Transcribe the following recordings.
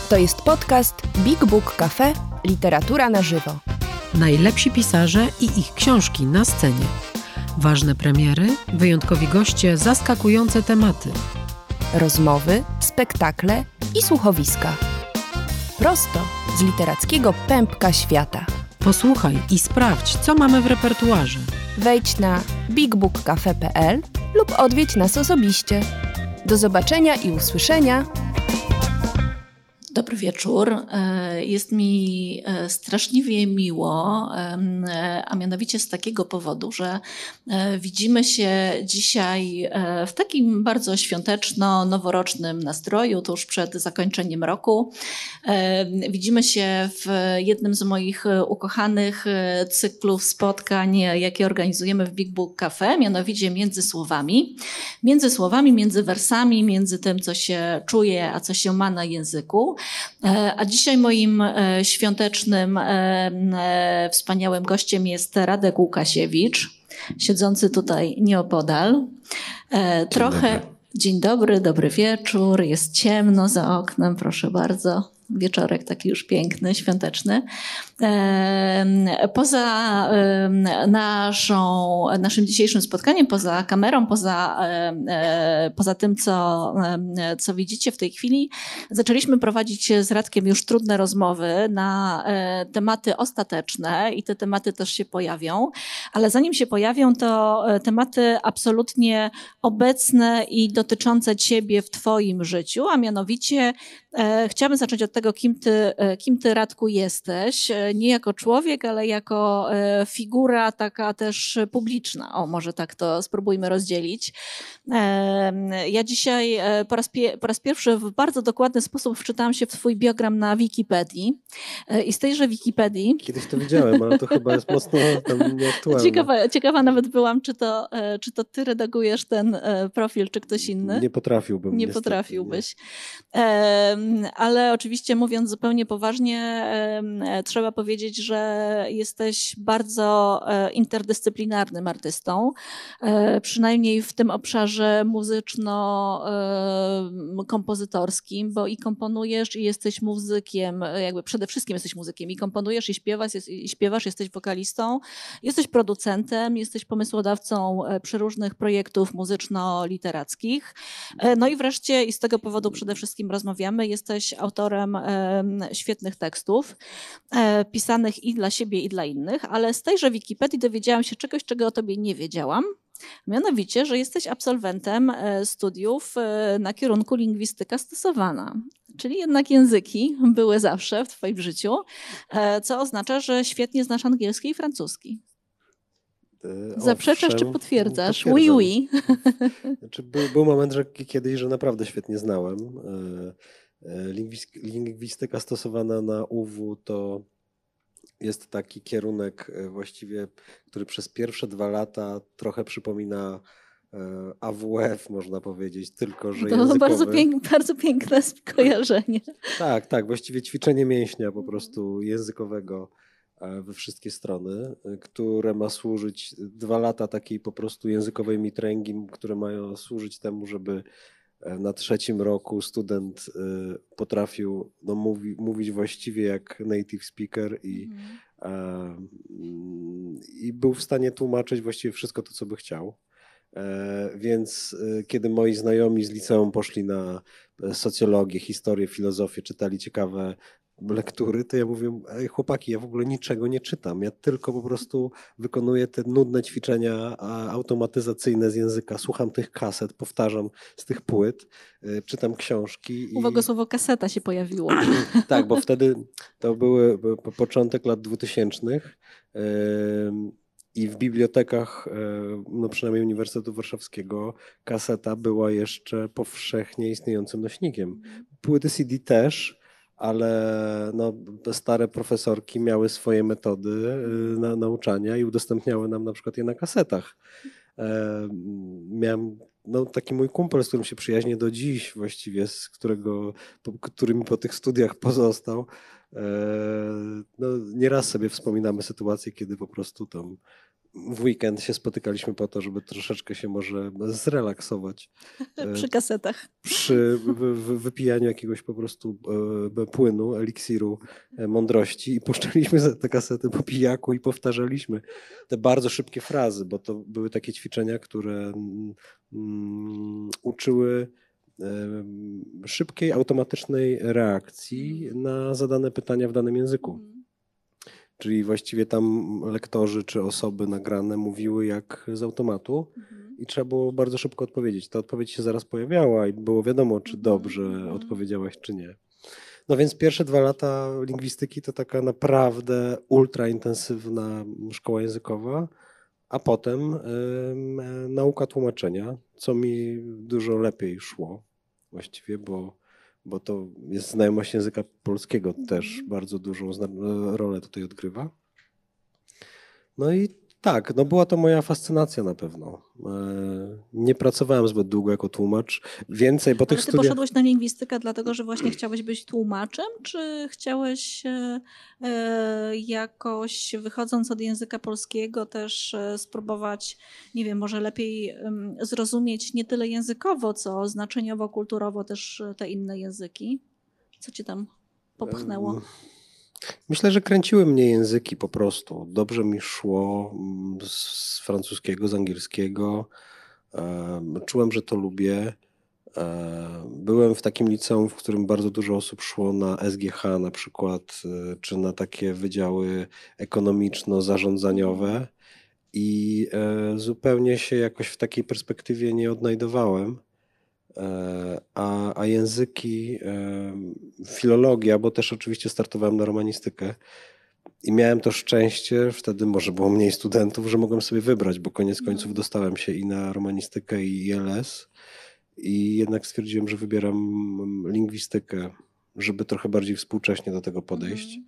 To jest podcast Big Book Cafe – Literatura na żywo. Najlepsi pisarze i ich książki na scenie. Ważne premiery, wyjątkowi goście, zaskakujące tematy. Rozmowy, spektakle i słuchowiska. Prosto z literackiego pępka świata. Posłuchaj i sprawdź, co mamy w repertuarze. Wejdź na bigbookcafe.pl lub odwiedź nas osobiście. Do zobaczenia i usłyszenia. Dobry wieczór. Jest mi straszliwie miło, a mianowicie z takiego powodu, że widzimy się dzisiaj w takim bardzo świąteczno-noworocznym nastroju, tuż przed zakończeniem roku. Widzimy się w jednym z moich ukochanych cyklów spotkań, jakie organizujemy w Big Book Cafe, mianowicie między słowami. Między słowami, między wersami, między tym, co się czuje, a co się ma na języku. A dzisiaj moim świątecznym, wspaniałym gościem jest Radek Łukasiewicz, siedzący tutaj nieopodal. Dzień dobry, dobry wieczór, jest ciemno za oknem, proszę bardzo. Wieczorek taki już piękny, świąteczny. Poza naszym dzisiejszym spotkaniem, poza kamerą, poza tym, co widzicie w tej chwili, zaczęliśmy prowadzić z Radkiem już trudne rozmowy na tematy ostateczne i te tematy też się pojawią, ale zanim się pojawią, to tematy absolutnie obecne i dotyczące ciebie w twoim życiu, a mianowicie chciałabym zacząć od tego, kim ty, Radku, jesteś. Nie jako człowiek, ale jako figura taka też publiczna. O, może tak to spróbujmy rozdzielić. Ja dzisiaj po raz pierwszy w bardzo dokładny sposób wczytałam się w twój biogram na Wikipedii. I z tejże Wikipedii... Kiedyś to widziałem, ale to chyba jest mocno tam nieaktualne. Ciekawa nawet byłam, czy to ty redagujesz ten profil, czy ktoś inny. Nie potrafiłbym. Nie potrafiłbyś. Ale oczywiście mówiąc zupełnie poważnie, trzeba powiedzieć, że jesteś bardzo interdyscyplinarnym artystą, przynajmniej w tym obszarze muzyczno-kompozytorskim, bo i komponujesz, i jesteś muzykiem, jakby przede wszystkim jesteś muzykiem, i komponujesz, i śpiewasz, jesteś wokalistą, jesteś producentem, jesteś pomysłodawcą przeróżnych projektów muzyczno-literackich. No i wreszcie, i z tego powodu przede wszystkim rozmawiamy, jesteś autorem świetnych tekstów, pisanych i dla siebie, i dla innych, ale z tejże Wikipedii dowiedziałam się czegoś, czego o tobie nie wiedziałam. Mianowicie, że jesteś absolwentem studiów na kierunku lingwistyka stosowana. Czyli jednak języki były zawsze w twoim życiu, co oznacza, że świetnie znasz angielski i francuski. Zaprzeczasz czy potwierdzasz? Potwierdzam. Oui. Znaczy, był moment, że kiedyś, że naprawdę świetnie znałem. Lingwistyka stosowana na UW to jest taki kierunek właściwie, który przez pierwsze 2 lata trochę przypomina AWF, można powiedzieć, tylko że językowy. Bardzo piękne skojarzenie. Tak, właściwie ćwiczenie mięśnia po prostu językowego we wszystkie strony, które ma służyć 2 lata takiej po prostu językowej mitręgi, które mają służyć temu, żeby na 3. roku student potrafił mówić właściwie jak native speaker i był w stanie tłumaczyć właściwie wszystko to, co by chciał. Więc kiedy moi znajomi z liceum poszli na socjologię, historię, filozofię, czytali ciekawe lektury, to ja mówię: ej chłopaki, ja w ogóle niczego nie czytam, ja tylko po prostu wykonuję te nudne ćwiczenia automatyzacyjne z języka, słucham tych kaset, powtarzam z tych płyt, czytam książki. Uwaga, słowo kaseta się pojawiło. Tak, bo wtedy to były początek lat 2000 i w bibliotekach, no przynajmniej Uniwersytetu Warszawskiego, kaseta była jeszcze powszechnie istniejącym nośnikiem. Płyty CD też, ale no, stare profesorki miały swoje metody nauczania i udostępniały nam na przykład je na kasetach. Miałem taki mój kumpel, z którym się przyjaźnię do dziś właściwie, który mi po tych studiach pozostał. Nieraz sobie wspominamy sytuację, kiedy po prostu tam w weekend się spotykaliśmy po to, żeby troszeczkę się może zrelaksować. Przy kasetach. Przy wypijaniu jakiegoś po prostu płynu, eliksiru mądrości i puszczaliśmy te kasety po pijaku i powtarzaliśmy te bardzo szybkie frazy, bo to były takie ćwiczenia, które uczyły szybkiej, automatycznej reakcji na zadane pytania w danym języku. Czyli właściwie tam lektorzy czy osoby nagrane mówiły jak z automatu i trzeba było bardzo szybko odpowiedzieć. Ta odpowiedź się zaraz pojawiała i było wiadomo, czy dobrze odpowiedziałaś, czy nie. No więc pierwsze 2 lata lingwistyki to taka naprawdę ultra intensywna szkoła językowa, a potem nauka tłumaczenia, co mi dużo lepiej szło właściwie, bo to jest znajomość języka polskiego też bardzo dużą rolę tutaj odgrywa. No i tak, no była to moja fascynacja na pewno. Nie pracowałem zbyt długo jako tłumacz. Więcej po tych studiach... Ale ty poszedłeś na lingwistykę dlatego, że właśnie chciałeś być tłumaczem, czy chciałeś jakoś wychodząc od języka polskiego też spróbować, nie wiem, może lepiej zrozumieć nie tyle językowo, co znaczeniowo, kulturowo też te inne języki? Co cię tam popchnęło? Myślę, że kręciły mnie języki po prostu. Dobrze mi szło z francuskiego, z angielskiego. Czułem, że to lubię. Byłem w takim liceum, w którym bardzo dużo osób szło na SGH na przykład, czy na takie wydziały ekonomiczno-zarządzaniowe i zupełnie się jakoś w takiej perspektywie nie odnajdowałem. A języki, filologia, bo też oczywiście startowałem na romanistykę i miałem to szczęście, wtedy może było mniej studentów, że mogłem sobie wybrać, bo koniec końców dostałem się i na romanistykę i ILS i jednak stwierdziłem, że wybieram lingwistykę, żeby trochę bardziej współcześnie do tego podejść.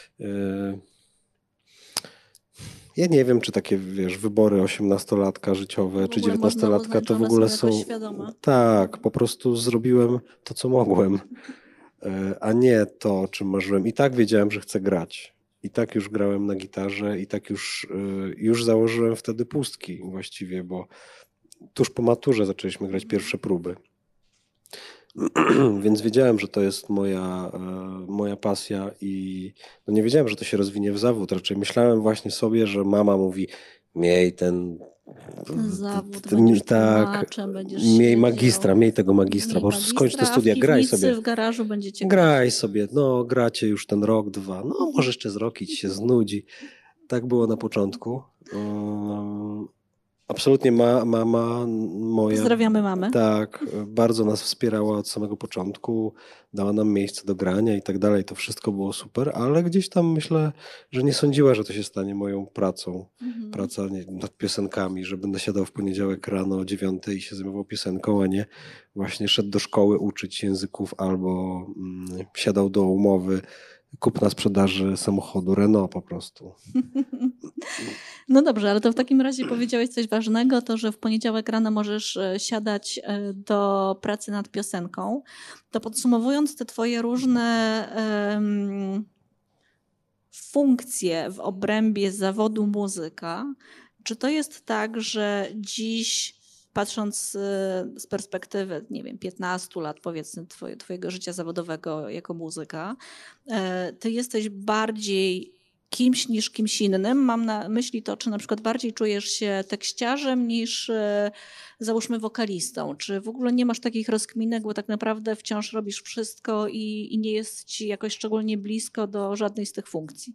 Ja nie wiem, czy takie, wiesz, wybory 18-latka życiowe, czy 19-latka to w ogóle są... Tak, po prostu zrobiłem to, co mogłem, a nie to, o czym marzyłem. I tak wiedziałem, że chcę grać. I tak już grałem na gitarze i tak już założyłem wtedy pustki właściwie, bo tuż po maturze zaczęliśmy grać pierwsze próby. Więc wiedziałem, że to jest moja pasja i no nie wiedziałem, że to się rozwinie w zawód. Raczej myślałem właśnie sobie, że mama mówi, miej ten zawód, będziesz tłumaczem, będziesz miej magistra, miej tego magistra, po prostu skończ te studia, graj sobie. W garażu będziecie graj sobie, no gracie już ten rok, 2, no może jeszcze z rok i ci się znudzi. Tak było na początku. Absolutnie mama moja... Pozdrawiamy mamę. Tak, bardzo nas wspierała od samego początku, dała nam miejsce do grania i tak dalej. To wszystko było super, ale gdzieś tam myślę, że nie sądziła, że to się stanie moją pracą. Praca nad piosenkami, że będę siadał w poniedziałek rano o 9:00 i się zajmował piosenką, a nie właśnie szedł do szkoły uczyć języków albo siadał do umowy kupna sprzedaży samochodu Renault po prostu. No dobrze, ale to w takim razie powiedziałeś coś ważnego, to że w poniedziałek rano możesz siadać do pracy nad piosenką. To podsumowując te twoje różne funkcje w obrębie zawodu muzyka, czy to jest tak, że dziś patrząc z perspektywy, nie wiem, 15 lat powiedzmy twojego życia zawodowego jako muzyka, ty jesteś bardziej kimś niż kimś innym. Mam na myśli to, czy na przykład bardziej czujesz się tekściarzem niż załóżmy wokalistą. Czy w ogóle nie masz takich rozkminek, bo tak naprawdę wciąż robisz wszystko i nie jest ci jakoś szczególnie blisko do żadnej z tych funkcji?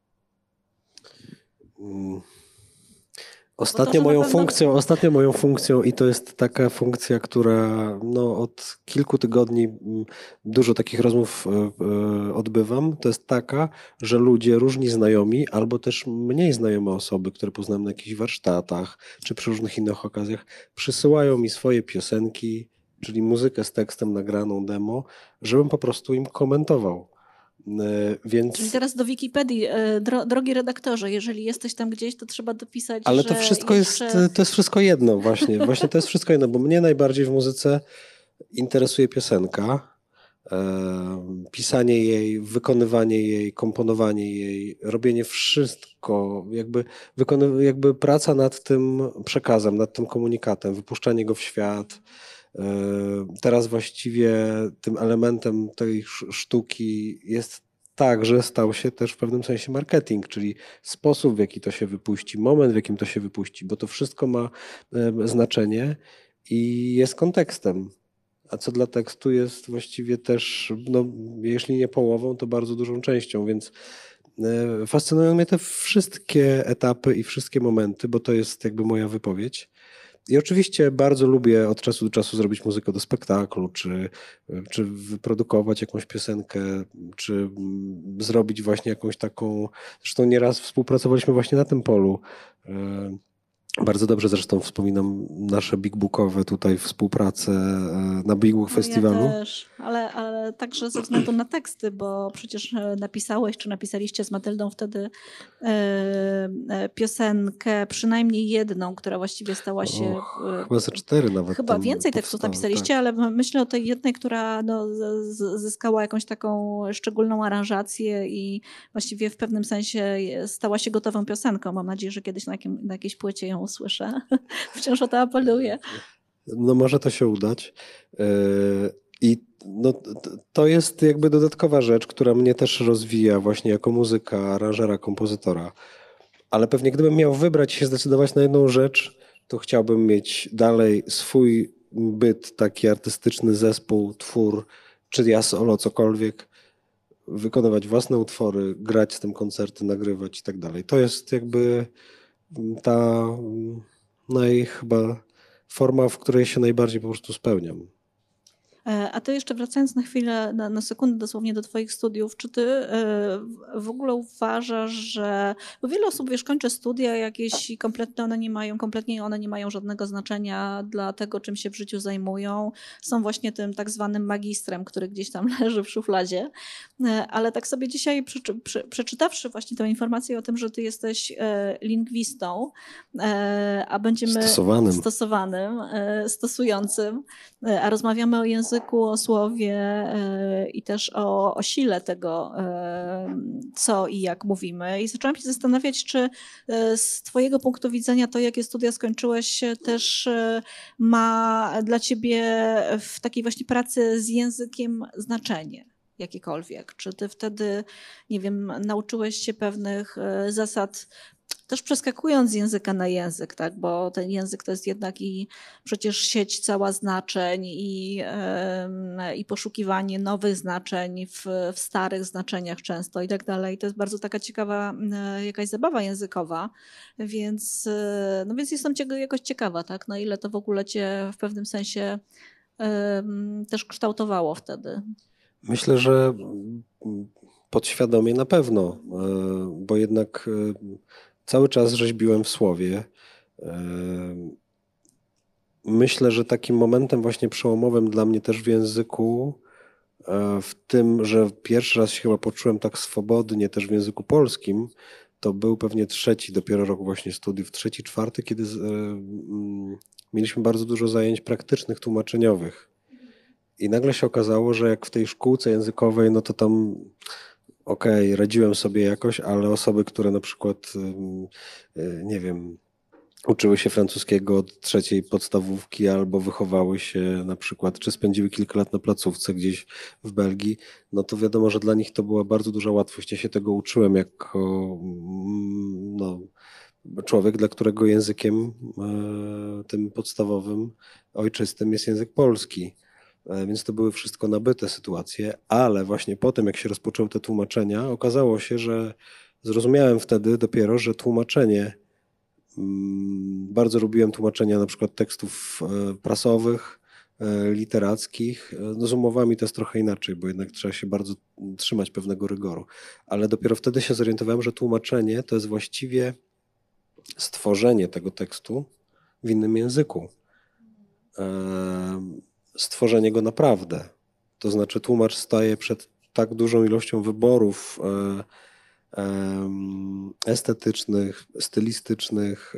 Ostatnio moją funkcją i to jest taka funkcja, która no, od kilku tygodni dużo takich rozmów odbywam, to jest taka, że ludzie, różni znajomi albo też mniej znajome osoby, które poznałem na jakichś warsztatach czy przy różnych innych okazjach, przysyłają mi swoje piosenki, czyli muzykę z tekstem nagraną demo, żebym po prostu im komentował. Więc... Czyli teraz do Wikipedii, drogi redaktorze, jeżeli jesteś tam gdzieś, to trzeba dopisać, ale że to wszystko jeszcze... to jest wszystko jedno właśnie to jest wszystko jedno, bo mnie najbardziej w muzyce interesuje piosenka, pisanie jej, wykonywanie jej, komponowanie jej, robienie wszystko, jakby praca nad tym przekazem, nad tym komunikatem, wypuszczanie go w świat. Teraz właściwie tym elementem tej sztuki jest tak, że stał się też w pewnym sensie marketing, czyli sposób, w jaki to się wypuści, moment, w jakim to się wypuści, bo to wszystko ma znaczenie i jest kontekstem. A co dla tekstu jest właściwie też, no, jeśli nie połową, to bardzo dużą częścią, więc fascynują mnie te wszystkie etapy i wszystkie momenty, bo to jest jakby moja wypowiedź. I oczywiście bardzo lubię od czasu do czasu zrobić muzykę do spektaklu, czy wyprodukować jakąś piosenkę, czy zrobić właśnie jakąś taką, zresztą nieraz współpracowaliśmy właśnie na tym polu. Bardzo dobrze zresztą wspominam nasze Big Bookowe tutaj współpracę na Big Book Festiwalu. Ja też, ale także ze względu na teksty, bo przecież napisałeś, czy napisaliście z Matyldą wtedy piosenkę, przynajmniej jedną, która właściwie stała się... Chyba ze 4 nawet. Chyba więcej tekstów napisaliście, tak. Ale myślę o tej jednej, która no, zyskała jakąś taką szczególną aranżację i właściwie w pewnym sensie stała się gotową piosenką. Mam nadzieję, że kiedyś na jakiejś płycie ją usłyszę. Wciąż o to apeluję. No może to się udać. I no, to jest jakby dodatkowa rzecz, która mnie też rozwija właśnie jako muzyka, aranżera, kompozytora. Ale pewnie gdybym miał wybrać się zdecydować na jedną rzecz, to chciałbym mieć dalej swój byt, taki artystyczny zespół, twór, czy ja solo, cokolwiek, wykonywać własne utwory, grać z tym koncerty, nagrywać i tak dalej. To jest jakby ta chyba forma, w której się najbardziej po prostu spełniam. A ty jeszcze wracając na chwilę, na sekundę dosłownie do twoich studiów, czy ty w ogóle uważasz, że... Bo wiele osób, wiesz, kończy studia jakieś i kompletnie one nie mają żadnego znaczenia dla tego, czym się w życiu zajmują. Są właśnie tym tak zwanym magistrem, który gdzieś tam leży w szufladzie. Ale tak sobie dzisiaj przeczytawszy właśnie tę informację o tym, że ty jesteś lingwistą, a będziemy stosującym, a rozmawiamy o języku, o słowie i też o sile tego, co i jak mówimy. I zaczęłam się zastanawiać, czy z twojego punktu widzenia to, jakie studia skończyłeś, też ma dla ciebie w takiej właśnie pracy z językiem znaczenie jakiekolwiek. Czy ty wtedy, nie wiem, nauczyłeś się pewnych zasad, też przeskakując z języka na język, tak? Bo ten język to jest jednak i przecież sieć cała znaczeń i poszukiwanie nowych znaczeń w starych znaczeniach często i tak dalej. To jest bardzo taka ciekawa jakaś zabawa językowa, więc jestem jakoś ciekawa, tak? Na ile to w ogóle cię w pewnym sensie też kształtowało wtedy. Myślę, że podświadomie na pewno, bo jednak cały czas rzeźbiłem w słowie. Myślę, że takim momentem właśnie przełomowym dla mnie też w języku, w tym, że pierwszy raz się chyba poczułem tak swobodnie też w języku polskim, to był pewnie dopiero rok właśnie studiów, 3., 4., kiedy mieliśmy bardzo dużo zajęć praktycznych, tłumaczeniowych. I nagle się okazało, że jak w tej szkółce językowej, no to tam radziłem sobie jakoś, ale osoby, które na przykład, nie wiem, uczyły się francuskiego od 3. podstawówki albo wychowały się na przykład, czy spędziły kilka lat na placówce gdzieś w Belgii, no to wiadomo, że dla nich to była bardzo duża łatwość. Ja się tego uczyłem jako człowiek, dla którego językiem tym podstawowym, ojczystym jest język polski. Więc to były wszystko nabyte sytuacje, ale właśnie potem, jak się rozpoczęły te tłumaczenia, okazało się, że zrozumiałem wtedy dopiero, że tłumaczenie, bardzo lubiłem tłumaczenia na przykład tekstów prasowych, literackich. No z umowami to jest trochę inaczej, bo jednak trzeba się bardzo trzymać pewnego rygoru. Ale dopiero wtedy się zorientowałem, że tłumaczenie to jest właściwie stworzenie tego tekstu w innym języku. Stworzenie go naprawdę. To znaczy tłumacz staje przed tak dużą ilością wyborów estetycznych, stylistycznych,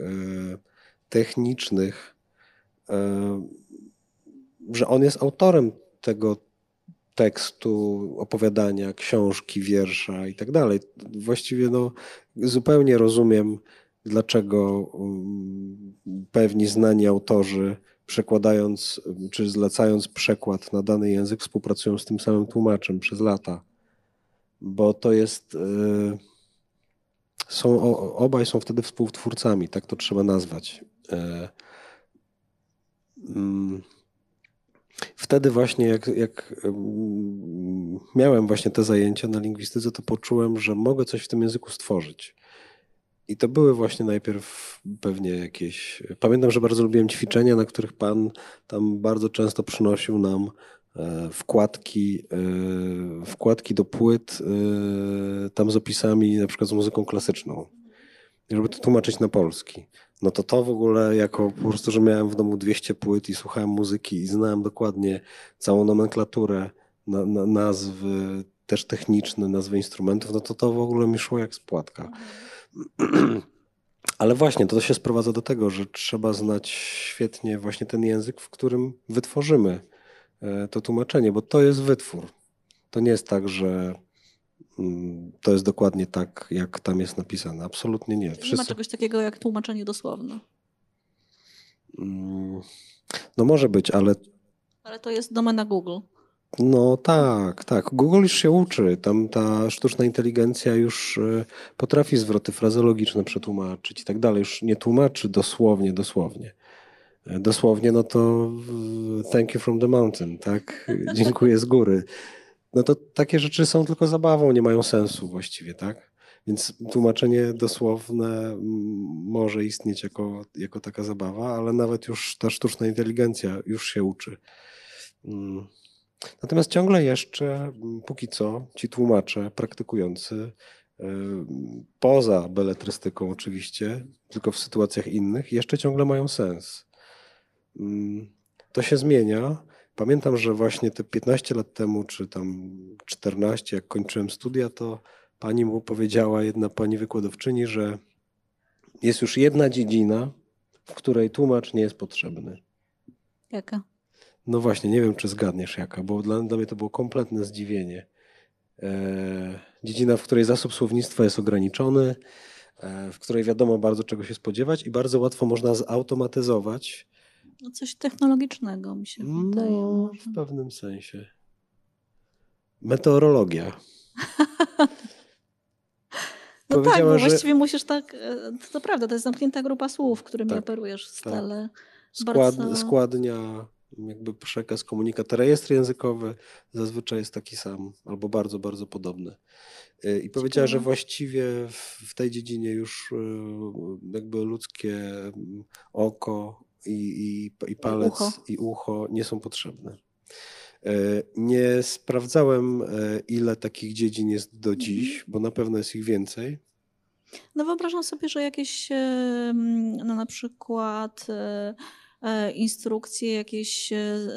technicznych, że on jest autorem tekstu, opowiadania, książki, wiersza i tak dalej. Właściwie zupełnie rozumiem, dlaczego pewni znani autorzy, przekładając czy zlecając przekład na dany język, współpracują z tym samym tłumaczem przez lata. Bo to jest... Obaj są wtedy współtwórcami, tak to trzeba nazwać. Wtedy właśnie jak miałem właśnie te zajęcia na lingwistyce, to poczułem, że mogę coś w tym języku stworzyć. I to były właśnie najpierw pewnie jakieś... Pamiętam, że bardzo lubiłem ćwiczenia, na których pan tam bardzo często przynosił nam wkładki do płyt tam z opisami, na przykład z muzyką klasyczną, żeby to tłumaczyć na polski. No to w ogóle jako po prostu, że miałem w domu 200 płyt i słuchałem muzyki i znałem dokładnie całą nomenklaturę, nazwy też techniczne, nazwy instrumentów, no to w ogóle mi szło jak z płatka. Ale właśnie to się sprowadza do tego, że trzeba znać świetnie właśnie ten język, w którym wytworzymy to tłumaczenie, bo to jest wytwór. To nie jest tak, że to jest dokładnie tak, jak tam jest napisane. Absolutnie nie. Nie ma czegoś takiego jak tłumaczenie dosłowne. No może być, ale... Ale to jest domena Google. No tak. Google już się uczy. Tam ta sztuczna inteligencja już potrafi zwroty frazologiczne przetłumaczyć i tak dalej. Już nie tłumaczy dosłownie. Dosłownie, no to thank you from the mountain, tak? Dziękuję z góry. No to takie rzeczy są tylko zabawą, nie mają sensu właściwie, tak? Więc tłumaczenie dosłowne może istnieć jako taka zabawa, ale nawet już ta sztuczna inteligencja już się uczy. Natomiast ciągle jeszcze, póki co, ci tłumacze praktykujący, poza beletrystyką oczywiście, tylko w sytuacjach innych, jeszcze ciągle mają sens. To się zmienia. Pamiętam, że właśnie te 15 lat temu, czy tam 14, jak kończyłem studia, to pani mu powiedziała, jedna pani wykładowczyni, że jest już jedna dziedzina, w której tłumacz nie jest potrzebny. Jaka? No właśnie, nie wiem, czy zgadniesz jaka, bo dla mnie to było kompletne zdziwienie. Dziedzina, w której zasób słownictwa jest ograniczony, w której wiadomo bardzo czego się spodziewać i bardzo łatwo można zautomatyzować. No coś technologicznego mi się wydaje. No, w pewnym sensie. Meteorologia. No tak, bo właściwie musisz tak, to prawda, to jest zamknięta grupa słów, którymi operujesz w stale. Składnia, jakby przekaz, komunikat, rejestr językowy zazwyczaj jest taki sam, albo bardzo, bardzo podobny. I powiedziała, że właściwie w tej dziedzinie już jakby ludzkie oko i palec i ucho nie są potrzebne. Nie sprawdzałem, ile takich dziedzin jest do dziś, bo na pewno jest ich więcej. No wyobrażam sobie, że jakieś no na przykład instrukcje, jakieś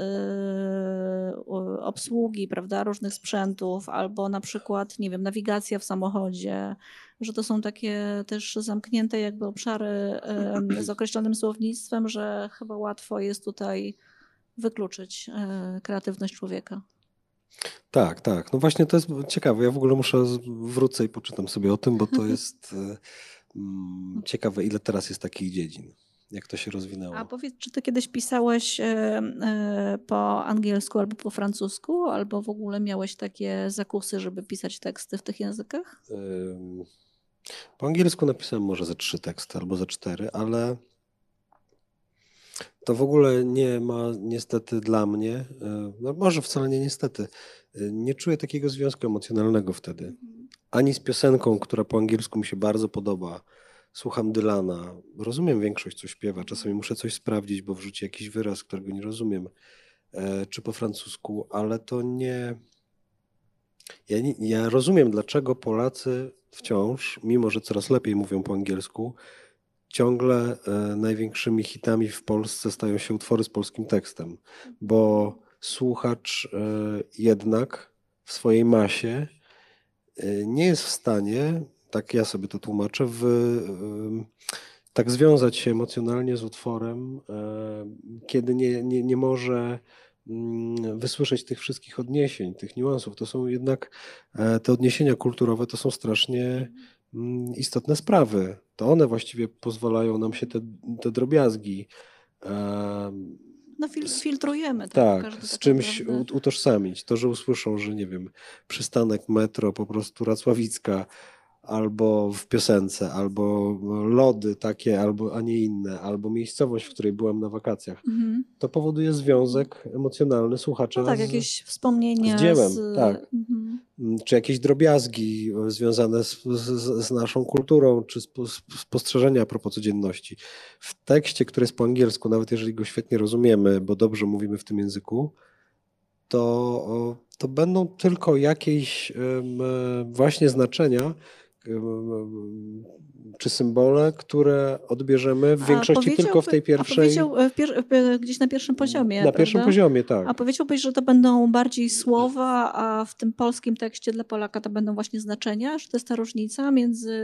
obsługi, prawda, różnych sprzętów, albo na przykład, nie wiem, nawigacja w samochodzie, że to są takie też zamknięte jakby obszary z określonym słownictwem, że chyba łatwo jest tutaj wykluczyć kreatywność człowieka. Tak. No właśnie to jest ciekawe. Ja w ogóle wrócę i poczytam sobie o tym, bo to jest ciekawe, ile teraz jest takich dziedzin. Jak to się rozwinęło. A powiedz, czy ty kiedyś pisałeś po angielsku albo po francusku, albo w ogóle miałeś takie zakusy, żeby pisać teksty w tych językach? Po angielsku napisałem może ze 3 teksty albo ze 4, ale to w ogóle nie ma niestety dla mnie, no może wcale nie niestety, nie czuję takiego związku emocjonalnego wtedy. Ani z piosenką, która po angielsku mi się bardzo podoba. Słucham Dylana, rozumiem większość, co śpiewa, czasami muszę coś sprawdzić, bo wrzuci jakiś wyraz, którego nie rozumiem, czy po francusku, ale to nie... Ja rozumiem, dlaczego Polacy wciąż, mimo że coraz lepiej mówią po angielsku, ciągle największymi hitami w Polsce stają się utwory z polskim tekstem, bo słuchacz jednak w swojej masie nie jest w stanie, tak ja sobie to tłumaczę, tak związać się emocjonalnie z utworem, kiedy nie może wysłyszeć tych wszystkich odniesień, tych niuansów. To są jednak te odniesienia kulturowe, to są strasznie istotne sprawy. To one właściwie pozwalają nam się te drobiazgi No filtrujemy. tak, każdy z tak czymś naprawdę. utożsamić. To, że usłyszą, że nie wiem, przystanek metro po prostu Racławicka albo w piosence, albo lody takie, albo a nie inne, albo miejscowość, w której byłem na wakacjach. Mhm. To powoduje związek emocjonalny słuchacza No tak, jakieś wspomnienia z dziełem, tak. Mhm. Czy jakieś drobiazgi związane z naszą kulturą, czy spostrzeżenia a propos codzienności. W tekście, który jest po angielsku, nawet jeżeli go świetnie rozumiemy, bo dobrze mówimy w tym języku, to będą tylko jakieś właśnie znaczenia czy symbole, które odbierzemy w większości tylko w tej pierwszej... A powiedział gdzieś na pierwszym poziomie, Na pierwszym prawda? poziomie, tak. A powiedziałbyś, że to będą bardziej słowa, a w tym polskim tekście dla Polaka to będą właśnie znaczenia? Że to jest ta różnica między...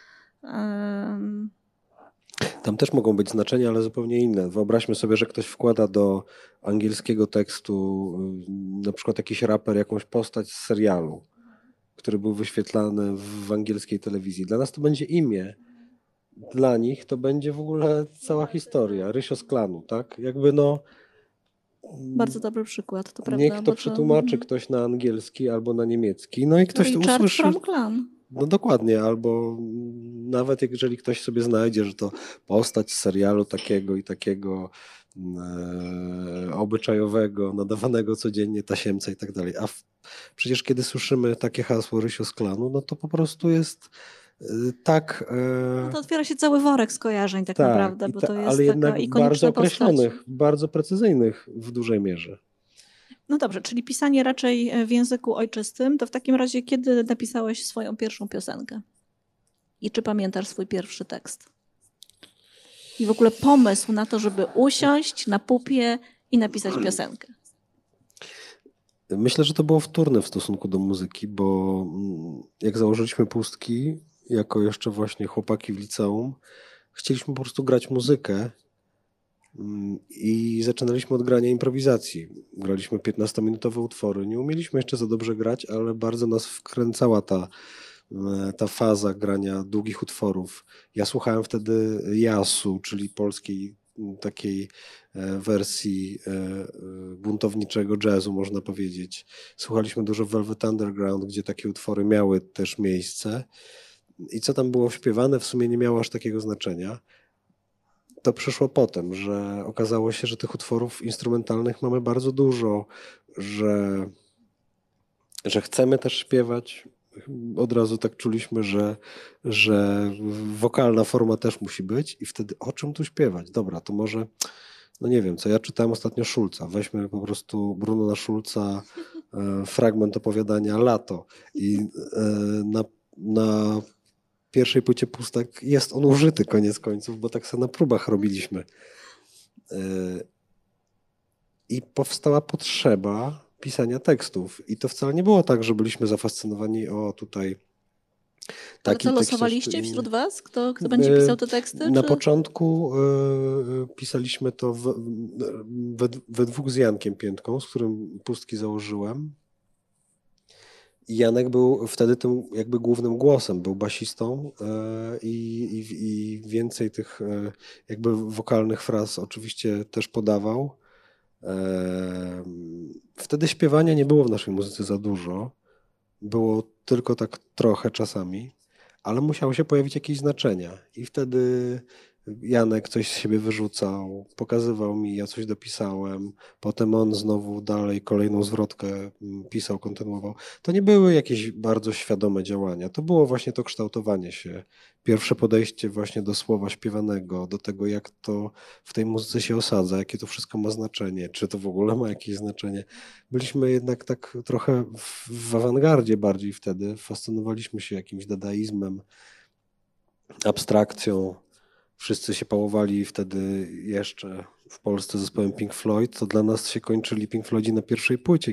Tam też mogą być znaczenia, ale zupełnie inne. Wyobraźmy sobie, że ktoś wkłada do angielskiego tekstu na przykład jakiś raper, jakąś postać z serialu, który był wyświetlany w angielskiej telewizji. Dla nas to będzie imię. Dla nich to będzie w ogóle cała historia. Rysio z klanu, tak? Jakby no... Bardzo dobry przykład, to prawda. Niech to przetłumaczy ktoś na angielski albo na niemiecki, no i ktoś to Richard usłyszy. From Clan. No dokładnie, albo nawet jeżeli ktoś sobie znajdzie, że to postać z serialu takiego i takiego obyczajowego, nadawanego codziennie, tasiemca i tak dalej. A przecież kiedy słyszymy takie hasło Rysio z klanu, no to po prostu jest tak... No to otwiera się cały worek skojarzeń tak naprawdę, bo to jest ale jednak taka ikoniczna bardzo określonych, postać. bardzo precyzyjnych w dużej mierze. No dobrze, czyli pisanie raczej w języku ojczystym. To w takim razie kiedy napisałeś swoją pierwszą piosenkę? I czy pamiętasz swój pierwszy tekst? I w ogóle pomysł na to, żeby usiąść na pupie i napisać piosenkę. Myślę, że to było wtórne w stosunku do muzyki, bo jak założyliśmy Pustki, jako jeszcze właśnie chłopaki w liceum, chcieliśmy po prostu grać muzykę i zaczynaliśmy od grania improwizacji. Graliśmy 15-minutowe utwory. Nie umieliśmy jeszcze za dobrze grać, ale bardzo nas wkręcała ta faza grania długich utworów. Ja słuchałem wtedy jasu, czyli polskiej takiej wersji buntowniczego jazzu, można powiedzieć. Słuchaliśmy dużo Velvet Underground, gdzie takie utwory miały też miejsce. I co tam było śpiewane, w sumie nie miało aż takiego znaczenia. To przyszło potem, że okazało się, że tych utworów instrumentalnych mamy bardzo dużo, że chcemy też śpiewać. Od razu tak czuliśmy, że wokalna forma też musi być i wtedy o czym tu śpiewać? Dobra, to może, no nie wiem co, ja czytałem ostatnio Schulza, weźmy po prostu Brunona Schulza, fragment opowiadania Lato i na pierwszej płycie Pustek jest on użyty koniec końców, bo tak sobie na próbach robiliśmy. I powstała potrzeba pisania tekstów. I to wcale nie było tak, że byliśmy zafascynowani tutaj taki Ale co, tekst. losowaliście wśród was? Kto będzie pisał te teksty? Na czy? początku pisaliśmy to we dwóch z Jankiem Piętką, z którym Pustki założyłem. I Janek był wtedy tym jakby głównym głosem, był basistą i więcej tych jakby wokalnych fraz oczywiście też podawał. Wtedy śpiewania nie było w naszej muzyce za dużo. Było tylko tak trochę czasami, ale musiało się pojawić jakieś znaczenia. I wtedy Janek coś z siebie wyrzucał, pokazywał mi, ja coś dopisałem, potem on znowu dalej kolejną zwrotkę pisał, kontynuował. To nie były jakieś bardzo świadome działania, to było właśnie to kształtowanie się, pierwsze podejście właśnie do słowa śpiewanego, do tego jak to w tej muzyce się osadza, jakie to wszystko ma znaczenie, czy to w ogóle ma jakieś znaczenie. Byliśmy jednak tak trochę w awangardzie bardziej wtedy, fascynowaliśmy się jakimś dadaizmem, abstrakcją. Wszyscy się pałowali wtedy jeszcze w Polsce zespołem Pink Floyd, to dla nas się kończyli Pink Floydzi na pierwszej płycie,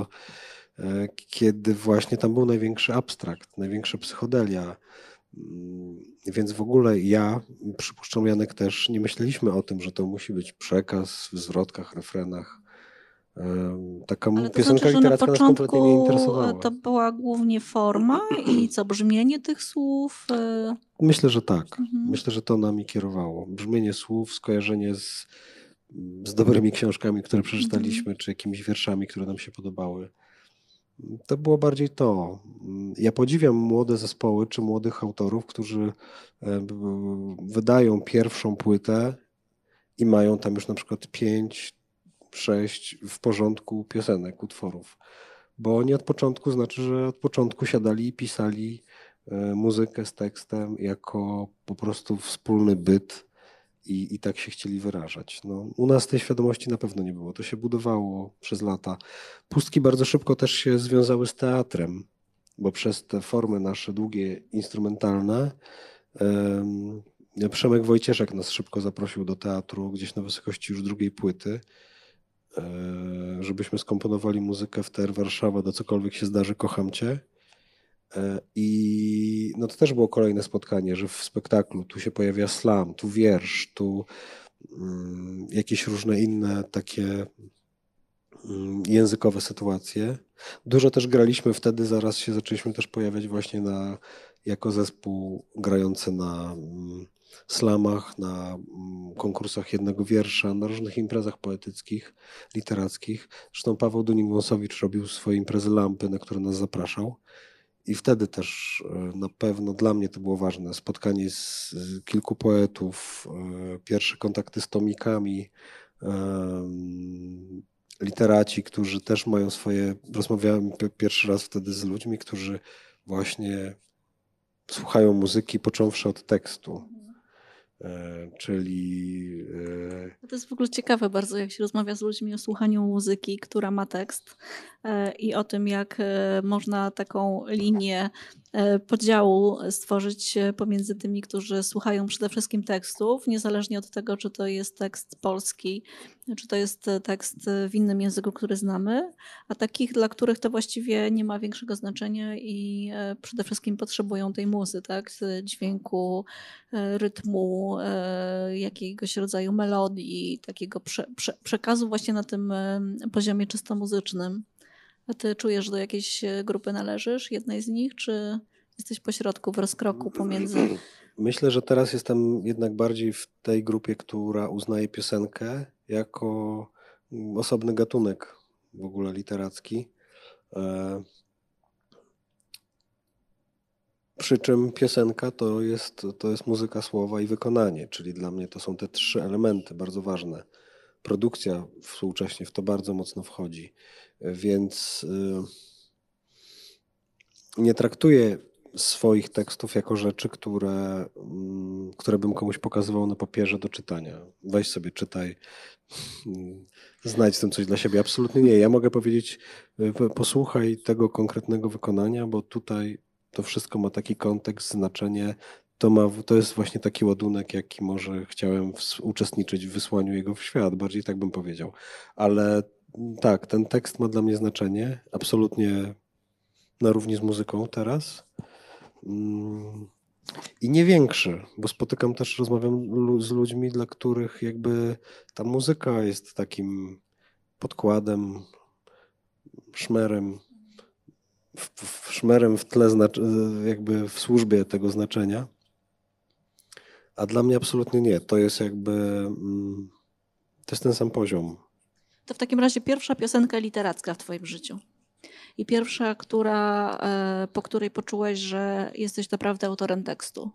kiedy właśnie tam był największy abstrakt, największa psychodelia. Więc w ogóle ja, przypuszczam Janek też, nie myśleliśmy o tym, że to musi być przekaz w zwrotkach, refrenach. Taka Ale to piosenka znaczy, że na literacka nas kompletnie nie początku interesowała. to była głównie forma i co, brzmienie tych słów? Myślę, że tak. Mhm. Myślę, że to nami kierowało. Brzmienie słów, skojarzenie z dobrymi książkami, które przeczytaliśmy, czy jakimiś wierszami, które nam się podobały. To było bardziej to. Ja podziwiam młode zespoły czy młodych autorów, którzy wydają pierwszą płytę i mają tam już na przykład 5, 6 w porządku piosenek, utworów. Bo oni od początku, znaczy, że od początku siadali i pisali muzykę z tekstem jako po prostu wspólny byt i tak się chcieli wyrażać. No, u nas tej świadomości na pewno nie było. To się budowało przez lata. Pustki bardzo szybko też się związały z teatrem, bo przez te formy nasze długie, instrumentalne Przemek Wojcieszek nas szybko zaprosił do teatru, gdzieś na wysokości już drugiej płyty, żebyśmy skomponowali muzykę w TR Warszawa, do Cokolwiek się zdarzy, kocham cię. I no to też było kolejne spotkanie, że w spektaklu tu się pojawia slam, tu wiersz, tu jakieś różne inne takie językowe sytuacje. Dużo też graliśmy wtedy, zaraz się zaczęliśmy też pojawiać właśnie jako zespół grający na slamach, na konkursach jednego wiersza, na różnych imprezach poetyckich, literackich. Zresztą Paweł Dunin-Wąsowicz robił swoje imprezy Lampy, na które nas zapraszał. I wtedy też na pewno dla mnie to było ważne. Spotkanie z kilku poetów, pierwsze kontakty z tomikami, literaci, którzy też mają swoje... Rozmawiałem pierwszy raz wtedy z ludźmi, którzy właśnie słuchają muzyki począwszy od tekstu. Czyli... To jest w ogóle ciekawe bardzo, jak się rozmawia z ludźmi o słuchaniu muzyki, która ma tekst i o tym, jak można taką linię podziału stworzyć pomiędzy tymi, którzy słuchają przede wszystkim tekstów, niezależnie od tego, czy to jest tekst polski, czy to jest tekst w innym języku, który znamy, a takich, dla których to właściwie nie ma większego znaczenia i przede wszystkim potrzebują tej muzy, tak? Dźwięku, rytmu, jakiegoś rodzaju melodii, takiego przekazu właśnie na tym poziomie czysto muzycznym. A ty czujesz, że do jakiejś grupy należysz, jednej z nich, czy jesteś pośrodku, w rozkroku pomiędzy? Myślę, że teraz jestem jednak bardziej w tej grupie, która uznaje piosenkę jako osobny gatunek w ogóle literacki. Przy czym piosenka to jest muzyka, słowa i wykonanie, czyli dla mnie to są te 3 elementy bardzo ważne. Produkcja współcześnie w to bardzo mocno wchodzi, więc nie traktuję swoich tekstów jako rzeczy, które bym komuś pokazywał na papierze do czytania. Weź sobie, czytaj, znajdź w tym coś dla siebie. Absolutnie nie. Ja mogę powiedzieć, posłuchaj tego konkretnego wykonania, bo tutaj to wszystko ma taki kontekst, znaczenie. To jest właśnie taki ładunek, jaki może chciałem uczestniczyć w wysłaniu jego w świat. Bardziej tak bym powiedział. Ale tak, ten tekst ma dla mnie znaczenie. Absolutnie na równi z muzyką teraz. I nie większy, bo spotykam też, rozmawiam z ludźmi, dla których jakby ta muzyka jest takim podkładem, szmerem, szmerem w tle, jakby w służbie tego znaczenia. A dla mnie absolutnie nie. To jest to jest ten sam poziom. To w takim razie pierwsza piosenka literacka w twoim życiu. I pierwsza, po której poczułeś, że jesteś naprawdę autorem tekstu.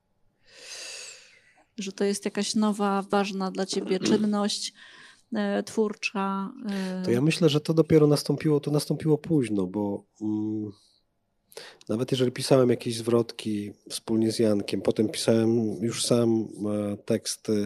Że to jest jakaś nowa, ważna dla ciebie czynność twórcza. To ja myślę, że to dopiero nastąpiło późno, bo nawet jeżeli pisałem jakieś zwrotki wspólnie z Jankiem, potem pisałem już sam teksty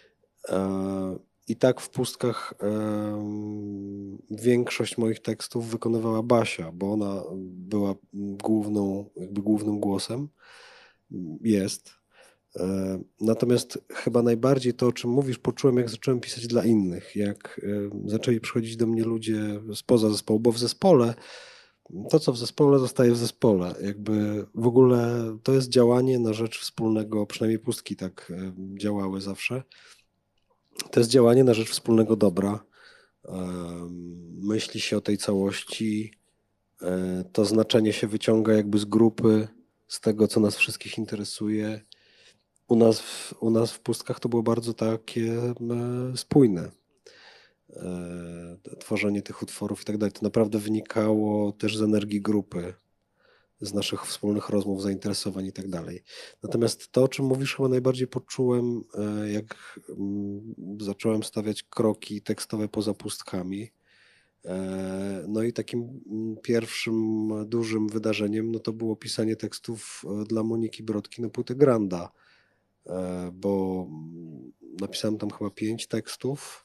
i tak w Pustkach większość moich tekstów wykonywała Basia, bo ona była głównym głosem. Jest. Natomiast chyba najbardziej to, o czym mówisz, poczułem, jak zacząłem pisać dla innych, jak zaczęli przychodzić do mnie ludzie spoza zespołu, bo w zespole to, co w zespole, zostaje w zespole. Jakby w ogóle to jest działanie na rzecz wspólnego, przynajmniej Pustki tak działały zawsze. To jest działanie na rzecz wspólnego dobra. myśli się o tej całości, to znaczenie się wyciąga jakby z grupy, z tego, co nas wszystkich interesuje. U nas w Pustkach to było bardzo takie spójne. Tworzenie tych utworów i tak dalej. To naprawdę wynikało też z energii grupy, z naszych wspólnych rozmów, zainteresowań i tak dalej. Natomiast to, o czym mówisz, chyba najbardziej poczułem, jak zacząłem stawiać kroki tekstowe poza Pustkami. No i takim pierwszym dużym wydarzeniem, no to było pisanie tekstów dla Moniki Brodki na płytę Granda, bo napisałem tam chyba 5 tekstów.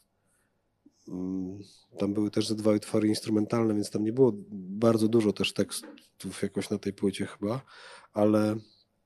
Tam były też ze 2 utwory instrumentalne, więc tam nie było bardzo dużo też tekstów jakoś na tej płycie chyba, ale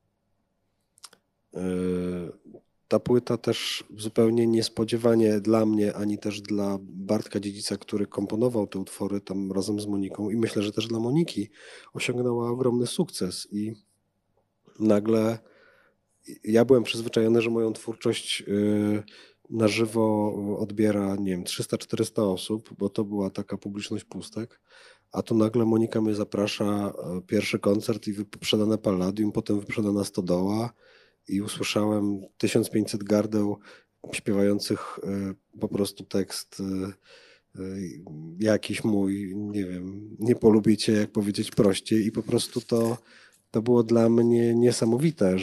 ta płyta też zupełnie niespodziewanie dla mnie, ani też dla Bartka Dziedzica, który komponował te utwory tam razem z Moniką i myślę, że też dla Moniki osiągnęła ogromny sukces i nagle ja byłem przyzwyczajony, że moją twórczość na żywo odbiera, nie wiem, 300-400 osób, bo to była taka publiczność Pustek, a tu nagle Monika mnie zaprasza, pierwszy koncert i wyprzedane Palladium, potem wyprzedana Stodoła i usłyszałem 1500 gardeł śpiewających po prostu tekst jakiś mój, nie wiem, nie polubicie, jak powiedzieć prościej i po prostu to było dla mnie niesamowite,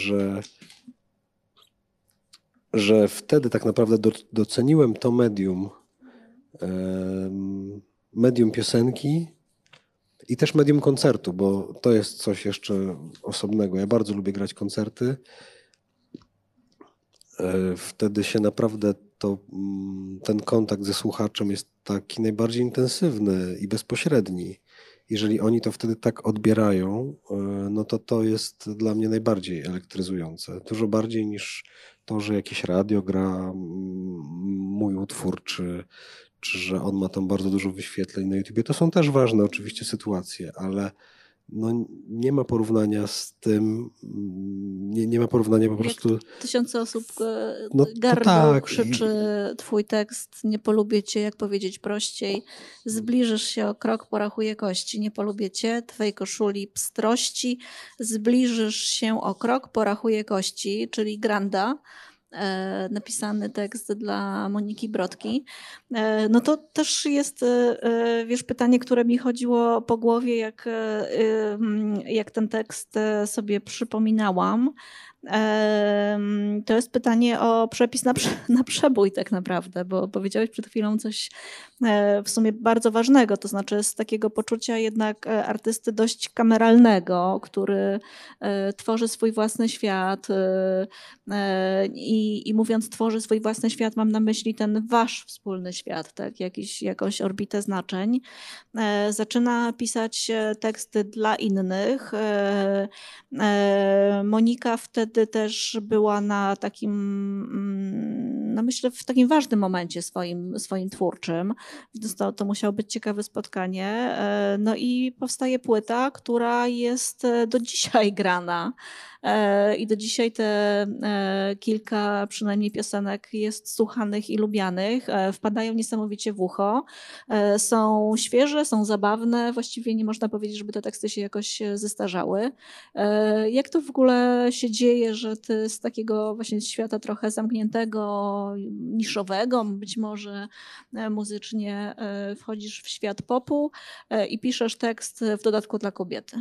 że wtedy tak naprawdę doceniłem to medium piosenki i też medium koncertu, bo to jest coś jeszcze osobnego. Ja bardzo lubię grać koncerty. Wtedy się naprawdę ten kontakt ze słuchaczem jest taki najbardziej intensywny i bezpośredni. Jeżeli oni to wtedy tak odbierają, no to jest dla mnie najbardziej elektryzujące. Dużo bardziej niż to, że jakieś radio gra mój utwór, czy że on ma tam bardzo dużo wyświetleń na YouTubie. To są też ważne oczywiście sytuacje, ale no nie ma porównania z tym, nie ma porównania po prostu. Jak 1000 osób No gardą tak. krzyczy twój tekst, nie polubię cię, jak powiedzieć prościej, zbliżysz się o krok, porachuje kości, nie polubię cię, twej koszuli pstrości, zbliżysz się o krok, porachuje kości, czyli Granda. Napisany tekst dla Moniki Brodki. No to też jest, wiesz, pytanie, które mi chodziło po głowie, jak ten tekst sobie przypominałam. To jest pytanie o przepis na przebój tak naprawdę, bo powiedziałeś przed chwilą coś w sumie bardzo ważnego, to znaczy z takiego poczucia jednak artysty dość kameralnego, który tworzy swój własny świat i mówiąc tworzy swój własny świat, mam na myśli ten wasz wspólny świat, tak? Jakąś orbitę znaczeń. Zaczyna pisać teksty dla innych. Monika wtedy też była na takim, no myślę, w takim ważnym momencie swoim twórczym. To musiało być ciekawe spotkanie. No i powstaje płyta, która jest do dzisiaj grana. I do dzisiaj te kilka przynajmniej piosenek jest słuchanych i lubianych. Wpadają niesamowicie w ucho. Są świeże, są zabawne. Właściwie nie można powiedzieć, żeby te teksty się jakoś zestarzały. Jak to w ogóle się dzieje, że ty z takiego właśnie świata trochę zamkniętego, niszowego, być może muzycznie wchodzisz w świat popu i piszesz tekst w dodatku dla kobiety?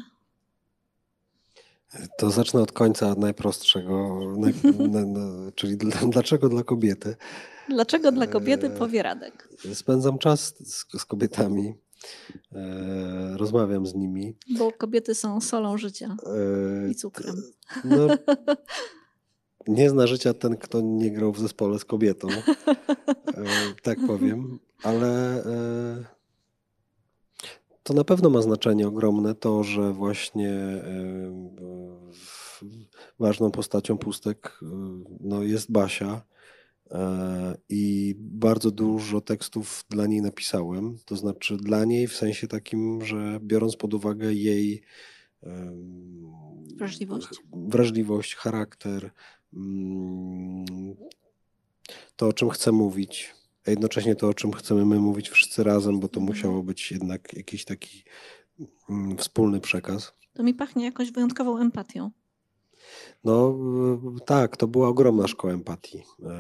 To zacznę od końca najprostszego, czyli dlaczego dla kobiety. Dlaczego dla kobiety, powie Radek? Spędzam czas z kobietami, rozmawiam z nimi. Bo kobiety są solą życia i cukrem. No, nie zna życia ten, kto nie grał w zespole z kobietą, tak powiem, ale to na pewno ma znaczenie ogromne to, że właśnie ważną postacią Pustek no, jest Basia i bardzo dużo tekstów dla niej napisałem. To znaczy dla niej w sensie takim, że biorąc pod uwagę jej wrażliwość, charakter, to o czym chcę mówić, a jednocześnie to, o czym chcemy my mówić wszyscy razem, bo to musiało być jednak jakiś taki wspólny przekaz. To mi pachnie jakąś wyjątkową empatią. No tak, to była ogromna szkoła empatii,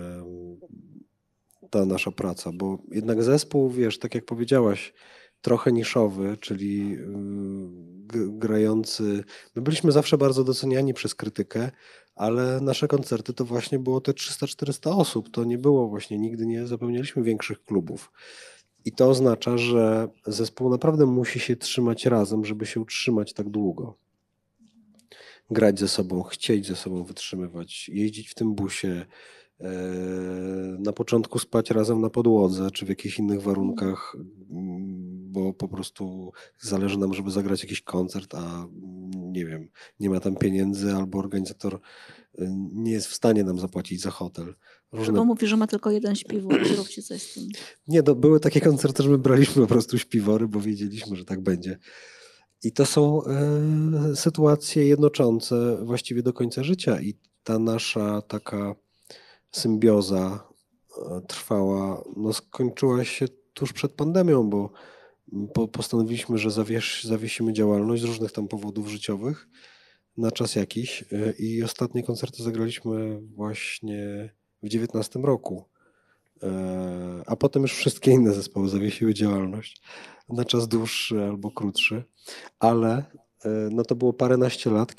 ta nasza praca, bo jednak zespół, wiesz, tak jak powiedziałaś, trochę niszowy, czyli grający. My byliśmy zawsze bardzo doceniani przez krytykę, ale nasze koncerty to właśnie było te 300-400 osób. To nie było właśnie, nigdy nie zapełnialiśmy większych klubów. I to oznacza, że zespół naprawdę musi się trzymać razem, żeby się utrzymać tak długo. Grać ze sobą, chcieć ze sobą wytrzymywać, jeździć w tym busie, na początku spać razem na podłodze, czy w jakichś innych warunkach, bo po prostu zależy nam, żeby zagrać jakiś koncert, a nie wiem, nie ma tam pieniędzy, albo organizator nie jest w stanie nam zapłacić za hotel. Albo mówi, że ma tylko jeden śpiwór, zróbcie coś z tym. Nie, były takie koncerty, że my braliśmy po prostu śpiwory, bo wiedzieliśmy, że tak będzie. I to są sytuacje jednoczące właściwie do końca życia i ta nasza taka symbioza trwała, no skończyła się tuż przed pandemią, bo postanowiliśmy, że zawiesimy działalność z różnych tam powodów życiowych na czas jakiś i ostatnie koncerty zagraliśmy właśnie w 2019 roku, a potem już wszystkie inne zespoły zawiesiły działalność na czas dłuższy albo krótszy, ale no to było paręnaście lat,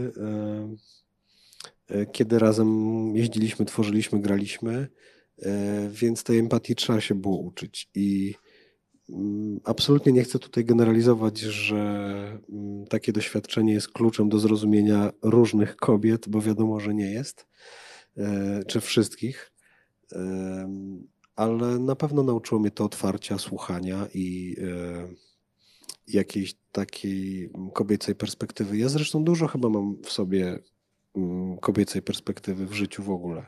kiedy razem jeździliśmy, tworzyliśmy, graliśmy, więc tej empatii trzeba się było uczyć i absolutnie nie chcę tutaj generalizować, że takie doświadczenie jest kluczem do zrozumienia różnych kobiet, bo wiadomo, że nie jest, czy wszystkich, ale na pewno nauczyło mnie to otwarcia, słuchania i jakiejś takiej kobiecej perspektywy. Ja zresztą dużo chyba mam w sobie kobiecej perspektywy w życiu w ogóle.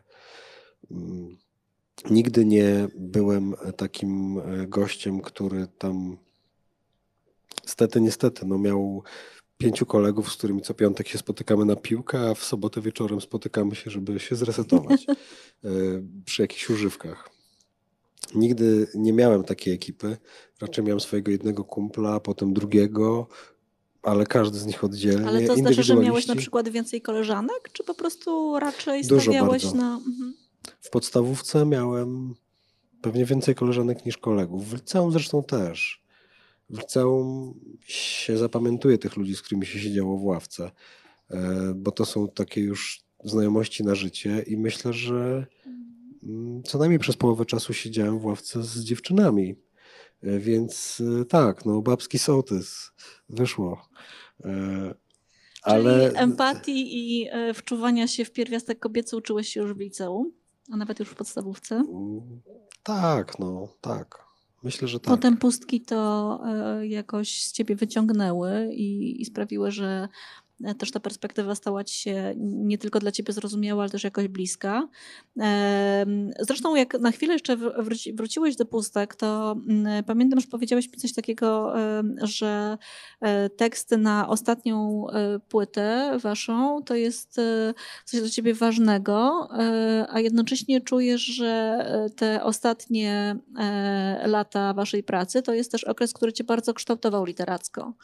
Nigdy nie byłem takim gościem, który tam niestety, no miał 5 kolegów, z którymi co piątek się spotykamy na piłkę, a w sobotę wieczorem spotykamy się, żeby się zresetować przy jakichś używkach. Nigdy nie miałem takiej ekipy. Raczej miałem swojego jednego kumpla, potem drugiego, ale każdy z nich oddzielnie. Ale to znaczy, że miałeś na przykład więcej koleżanek, czy po prostu raczej stawiałeś na... W podstawówce miałem pewnie więcej koleżanek niż kolegów. W liceum zresztą też. W liceum się zapamiętuje tych ludzi, z którymi się siedziało w ławce, bo to są takie już znajomości na życie i myślę, że co najmniej przez połowę czasu siedziałem w ławce z dziewczynami. Więc tak, no babski sołtys wyszło. Ale... Czyli empatii i wczuwania się w pierwiastek kobiecy uczyłeś się już w liceum, a nawet już w podstawówce? Tak, no tak. Myślę, że tak. Potem pustki to jakoś z ciebie wyciągnęły i sprawiły, że też ta perspektywa stała ci się nie tylko dla ciebie zrozumiała, ale też jakoś bliska. Zresztą jak na chwilę jeszcze wróciłeś do pustek, to pamiętam, że powiedziałeś mi coś takiego, że teksty na ostatnią płytę waszą to jest coś dla ciebie ważnego, a jednocześnie czujesz, że te ostatnie lata waszej pracy to jest też okres, który cię bardzo kształtował literacko.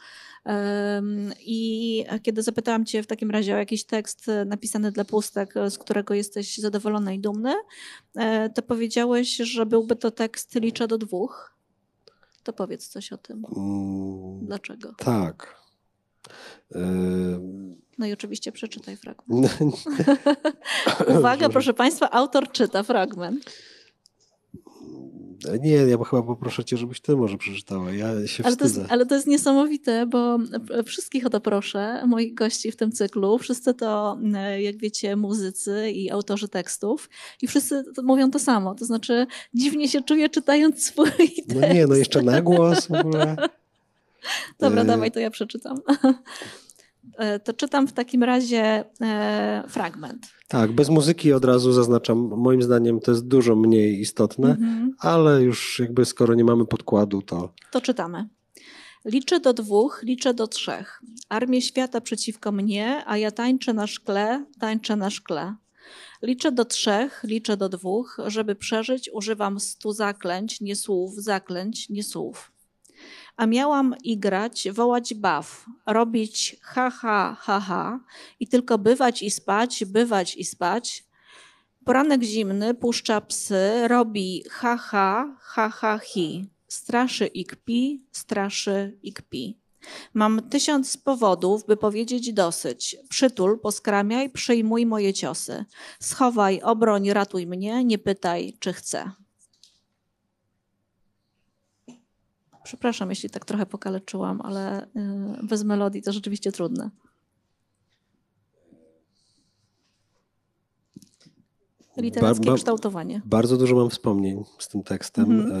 I kiedy zapytałam cię w takim razie o jakiś tekst napisany dla pustek, z którego jesteś zadowolony i dumny, to powiedziałeś, że byłby to tekst Liczę do 2. To powiedz coś o tym. Dlaczego? Tak. No i oczywiście przeczytaj fragment. Uwaga, proszę państwa, autor czyta fragment. Nie, ja chyba poproszę cię, żebyś ty może przeczytała. Ja się wstydzę. Ale to jest niesamowite, bo wszystkich o to proszę, moich gości w tym cyklu. Wszyscy to, jak wiecie, muzycy i autorzy tekstów. I wszyscy mówią to samo. To znaczy dziwnie się czuję czytając swój tekst. No nie, no jeszcze na głos w ogóle. Dobra, dawaj, to ja przeczytam. To czytam w takim razie fragment. Tak, bez muzyki od razu zaznaczam, moim zdaniem to jest dużo mniej istotne, ale już jakby skoro nie mamy podkładu, to... To czytamy. Liczę do 2, liczę do 3. Armię świata przeciwko mnie, a ja tańczę na szkle, tańczę na szkle. Liczę do 3, liczę do 2. Żeby przeżyć, używam 100 zaklęć, nie słów, zaklęć, nie słów. A miałam igrać, wołać baw, robić ha, ha, ha, ha i tylko bywać i spać. Poranek zimny puszcza psy, robi ha, ha, ha, ha, hi. Straszy i kpi. Mam 1000 powodów, by powiedzieć dosyć. Przytul, poskramiaj, przyjmuj moje ciosy. Schowaj, obroń, ratuj mnie, nie pytaj, czy chcę. Przepraszam, jeśli tak trochę pokaleczyłam, ale bez melodii to rzeczywiście trudne. Literackie kształtowanie. Bardzo dużo mam wspomnień z tym tekstem.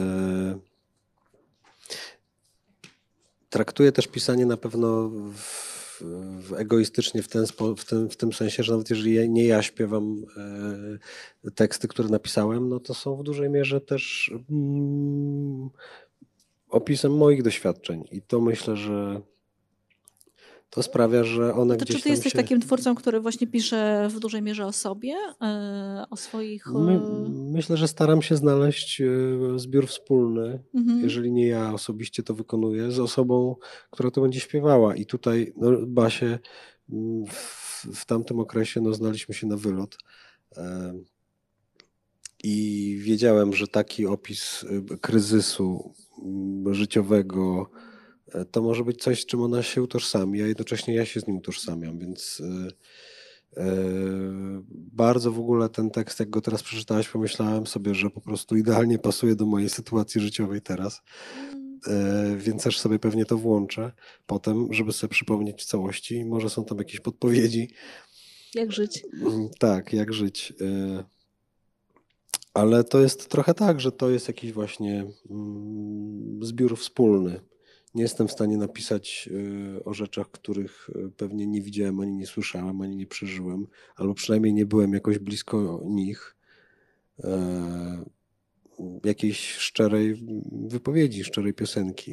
Traktuję też pisanie na pewno egoistycznie w tym sensie, że nawet jeżeli nie ja śpiewam teksty, które napisałem, no to są w dużej mierze też opisem moich doświadczeń. I to myślę, że to sprawia, że one to gdzieś czy ty jesteś takim twórcą, który właśnie pisze w dużej mierze o sobie, o swoich... Myślę, że staram się znaleźć zbiór wspólny, jeżeli nie ja osobiście to wykonuję, z osobą, która to będzie śpiewała. I tutaj Basię w tamtym okresie znaliśmy się na wylot. I wiedziałem, że taki opis kryzysu życiowego to może być coś, z czym ona się utożsami, a jednocześnie ja się z nim utożsamiam, więc bardzo w ogóle ten tekst, jak go teraz przeczytałeś, pomyślałem sobie, że po prostu idealnie pasuje do mojej sytuacji życiowej teraz, więc też sobie pewnie to włączę potem, żeby sobie przypomnieć w całości. Może są tam jakieś podpowiedzi. Jak żyć. Tak, jak żyć. Ale to jest trochę tak, że to jest jakiś właśnie zbiór wspólny. Nie jestem w stanie napisać o rzeczach, których pewnie nie widziałem, ani nie słyszałem, ani nie przeżyłem, albo przynajmniej nie byłem jakoś blisko nich. Jakiejś szczerej wypowiedzi, szczerej piosenki.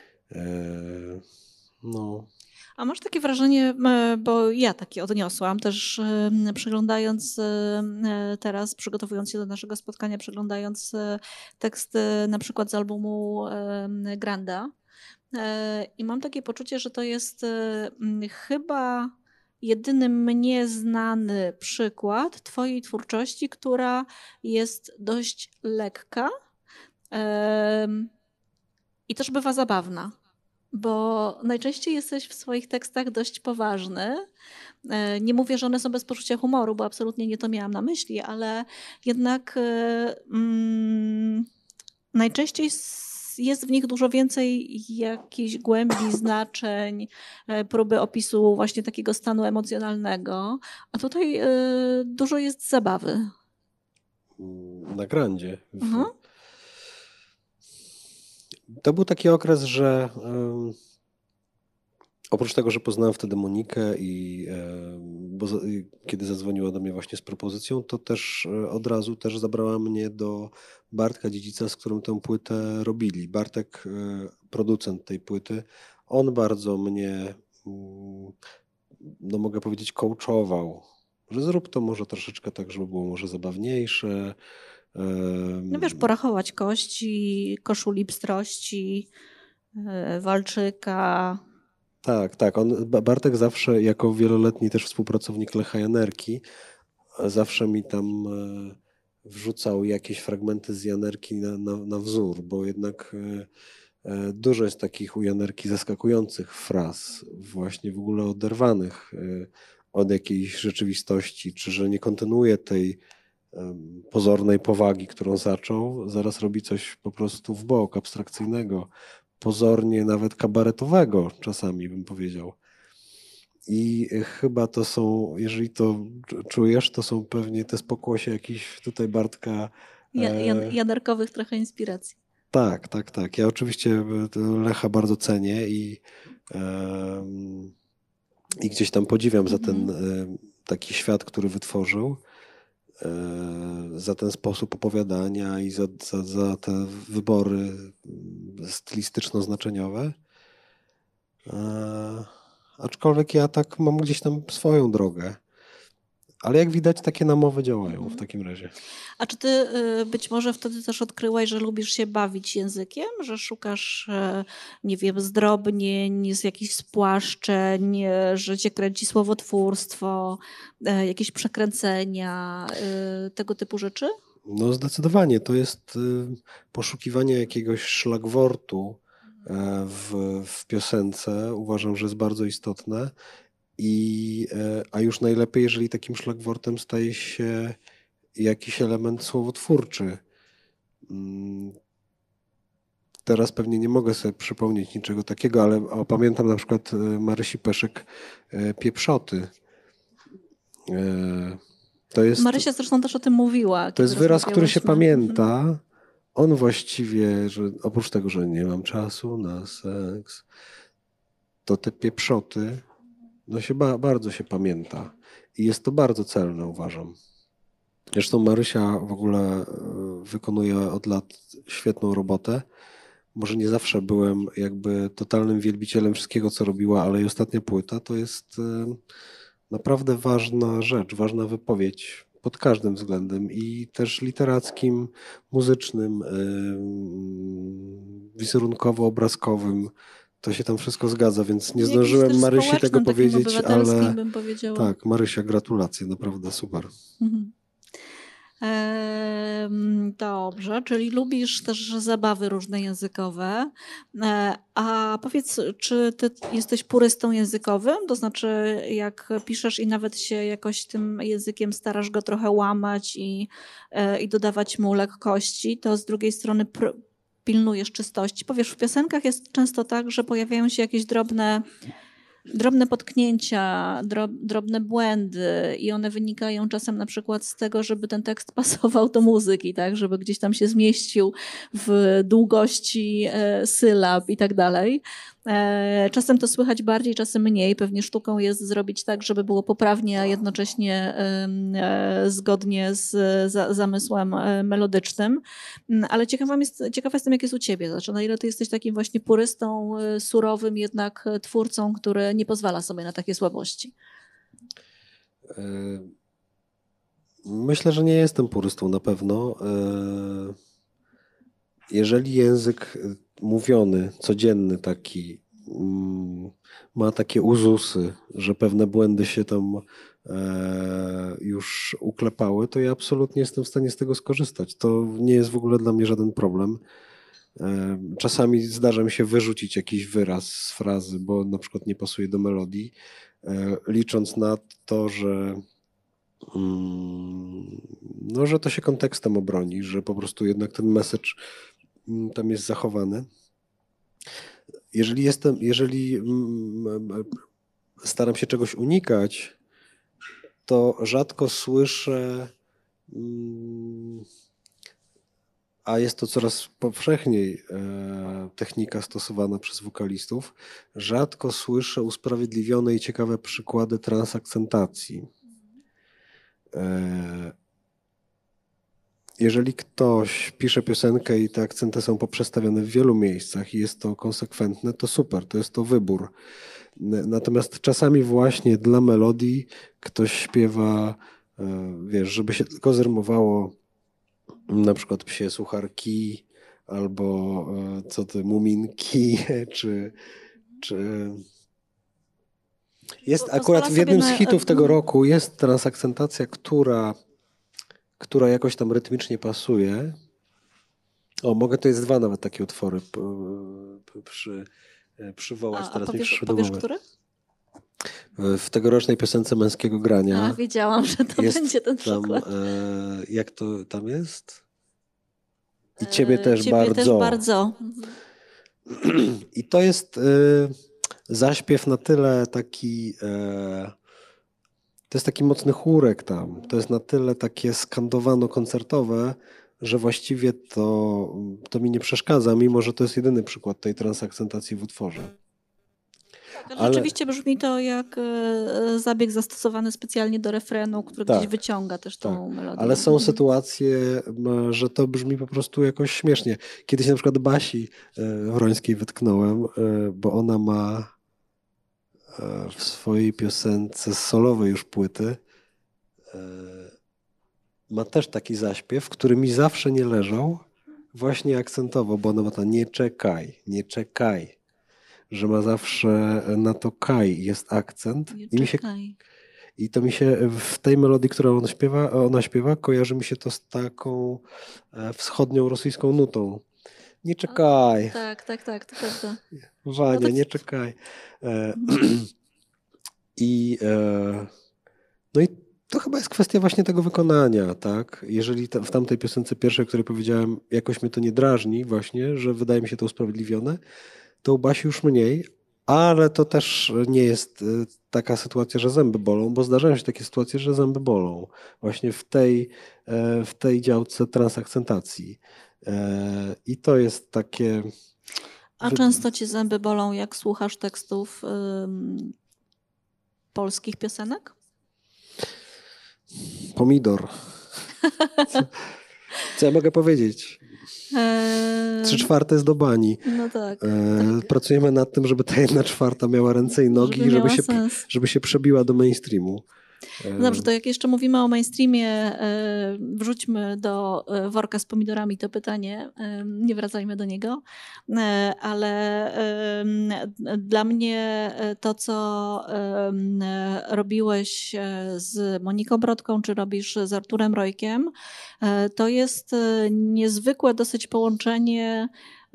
A masz takie wrażenie, bo ja takie odniosłam też przeglądając teraz, przygotowując się do naszego spotkania, przeglądając teksty na przykład z albumu Granda, i mam takie poczucie, że to jest chyba jedyny mnie znany przykład twojej twórczości, która jest dość lekka i też bywa zabawna. Bo najczęściej jesteś w swoich tekstach dość poważny. Nie mówię, że one są bez poczucia humoru, bo absolutnie nie to miałam na myśli, ale jednak najczęściej jest w nich dużo więcej jakiejś głębi, znaczeń, próby opisu właśnie takiego stanu emocjonalnego, a tutaj dużo jest zabawy. Na Grandzie. To był taki okres, że oprócz tego, że poznałem wtedy Monikę bo kiedy zadzwoniła do mnie właśnie z propozycją, to też od razu też zabrała mnie do Bartka Dziedzica, z którym tę płytę robili. Bartek, producent tej płyty, on bardzo mnie, mogę powiedzieć, coachował, że zrób to może troszeczkę tak, żeby było może zabawniejsze. Porachować kości, koszuli pstrości, walczyka. Tak. Bartek zawsze, jako wieloletni też współpracownik Lecha Janerki, zawsze mi tam wrzucał jakieś fragmenty z Janerki na wzór, bo jednak dużo jest takich u Janerki zaskakujących fraz, właśnie w ogóle oderwanych od jakiejś rzeczywistości, czy że nie kontynuuje tej pozornej powagi, którą zaczął, zaraz robi coś po prostu w bok, abstrakcyjnego, pozornie nawet kabaretowego czasami bym powiedział. I chyba to są, jeżeli to czujesz, to są pewnie te pokłosie jakichś tutaj Bartka... Janerkowych trochę inspiracji. Tak. Ja oczywiście Lecha bardzo cenię i gdzieś tam podziwiam za ten taki świat, który wytworzył, za ten sposób opowiadania i za te wybory stylistyczno-znaczeniowe. Aczkolwiek ja tak mam gdzieś tam swoją drogę. Ale jak widać, takie namowy działają w takim razie. A czy ty być może wtedy też odkryłaś, że lubisz się bawić językiem? Że szukasz, nie wiem, zdrobnień, z jakichś spłaszczeń, że cię kręci słowotwórstwo, jakieś przekręcenia, tego typu rzeczy? No zdecydowanie. To jest poszukiwanie jakiegoś szlagwortu w piosence. Uważam, że jest bardzo istotne. A już najlepiej, jeżeli takim szlagwortem staje się jakiś element słowotwórczy. Teraz pewnie nie mogę sobie przypomnieć niczego takiego, ale pamiętam na przykład Marysi Peszek Pieprzoty. To jest, Marysia zresztą też o tym mówiła. to jest wyraz, który się rozmawiałyśmy. pamięta. On właściwie, że oprócz tego, że nie mam czasu na seks, to te pieprzoty no się bardzo się pamięta. I jest to bardzo celne, uważam. Zresztą Marysia w ogóle wykonuje od lat świetną robotę. Może nie zawsze byłem jakby totalnym wielbicielem wszystkiego, co robiła, ale jej ostatnia płyta to jest naprawdę ważna rzecz, ważna wypowiedź pod każdym względem i też literackim, muzycznym, wizerunkowo-obrazkowym. To się tam wszystko zgadza, więc nie zdążyłem też Marysi tego społecznym, takim powiedzieć, obywatelskim, ale bym powiedziała. tak, Marysia, gratulacje, naprawdę super. Mhm. Dobrze, czyli lubisz też zabawy różne językowe. A powiedz, czy ty jesteś purystą językowym? To znaczy, jak piszesz i nawet się jakoś tym językiem starasz go trochę łamać i dodawać mu lekkości, to z drugiej strony pilnujesz czystości. Powiesz, w piosenkach jest często tak, że pojawiają się jakieś drobne potknięcia, drobne błędy i one wynikają czasem na przykład z tego, żeby ten tekst pasował do muzyki, tak, żeby gdzieś tam się zmieścił w długości sylab i tak dalej. Czasem to słychać bardziej, czasem mniej. Pewnie sztuką jest zrobić tak, żeby było poprawnie, a jednocześnie zgodnie z zamysłem melodycznym. Ale ciekawa jestem, jak jest u ciebie. Znaczy, na ile ty jesteś takim właśnie purystą, surowym jednak twórcą, który nie pozwala sobie na takie słabości. Myślę, że nie jestem purystą na pewno. Jeżeli język mówiony, codzienny taki ma takie uzusy, że pewne błędy się tam już uklepały, to ja absolutnie jestem w stanie z tego skorzystać. To nie jest w ogóle dla mnie żaden problem. Czasami zdarza mi się wyrzucić jakiś wyraz z frazy, bo na przykład nie pasuje do melodii, licząc na to, że że to się kontekstem obroni, że po prostu jednak ten message tam jest zachowany. Jeżeli staram się czegoś unikać, to rzadko słyszę, a jest to coraz powszechniej technika stosowana przez wokalistów, rzadko słyszę usprawiedliwione i ciekawe przykłady transakcentacji. Jeżeli ktoś pisze piosenkę i te akcenty są poprzestawione w wielu miejscach i jest to konsekwentne, to super, to jest to wybór. Natomiast czasami właśnie dla melodii ktoś śpiewa, wiesz, żeby się tylko zrymowało na przykład psie sucharki albo co ty, muminki, czy jest akurat w jednym z hitów tego roku jest transakcentacja, która jakoś tam rytmicznie pasuje. O, mogę, to jest dwa nawet takie utwory przywołać. Teraz powiesz, który? W tegorocznej piosence Męskiego Grania. A, wiedziałam, że to będzie ten przykład. Jak to tam jest? I ciebie też bardzo. Też bardzo. I to jest zaśpiew na tyle taki... To jest taki mocny chórek tam. To jest na tyle takie skandowano-koncertowe, że właściwie to mi nie przeszkadza, mimo że to jest jedyny przykład tej transakcentacji w utworze. Tak, rzeczywiście brzmi to jak zabieg zastosowany specjalnie do refrenu, który gdzieś wyciąga też tą melodię. Ale są sytuacje, że to brzmi po prostu jakoś śmiesznie. Kiedyś na przykład Basi Wrońskiej wytknąłem, bo ona ma w swojej piosence z solowej już płyty ma też taki zaśpiew, który mi zawsze nie leżał, właśnie akcentowo, bo ona ma to nie czekaj, że ma zawsze na to kaj jest akcent. I to mi się w tej melodii, którą ona śpiewa, kojarzy mi się to z taką wschodnią rosyjską nutą. Nie czekaj. Tak, to prawda. Wania, nie czekaj. No i to chyba jest kwestia właśnie tego wykonania, tak? Jeżeli w tamtej piosence pierwszej, o której powiedziałem, jakoś mnie to nie drażni właśnie, że wydaje mi się to usprawiedliwione, to u Basi już mniej, ale to też nie jest taka sytuacja, że zęby bolą, bo zdarzają się takie sytuacje, że zęby bolą. Właśnie w tej działce transakcentacji. I to jest takie... A często ci zęby bolą, jak słuchasz tekstów polskich piosenek? Pomidor. Co ja mogę powiedzieć? 3/4 jest do bani. No tak. Pracujemy nad tym, żeby ta 1/4 miała ręce i nogi, żeby się przebiła do mainstreamu. Dobrze, to jak jeszcze mówimy o mainstreamie, wrzućmy do worka z pomidorami to pytanie, nie wracajmy do niego, ale dla mnie to, co robiłeś z Moniką Brodką, czy robisz z Arturem Rojkiem, to jest niezwykłe dosyć połączenie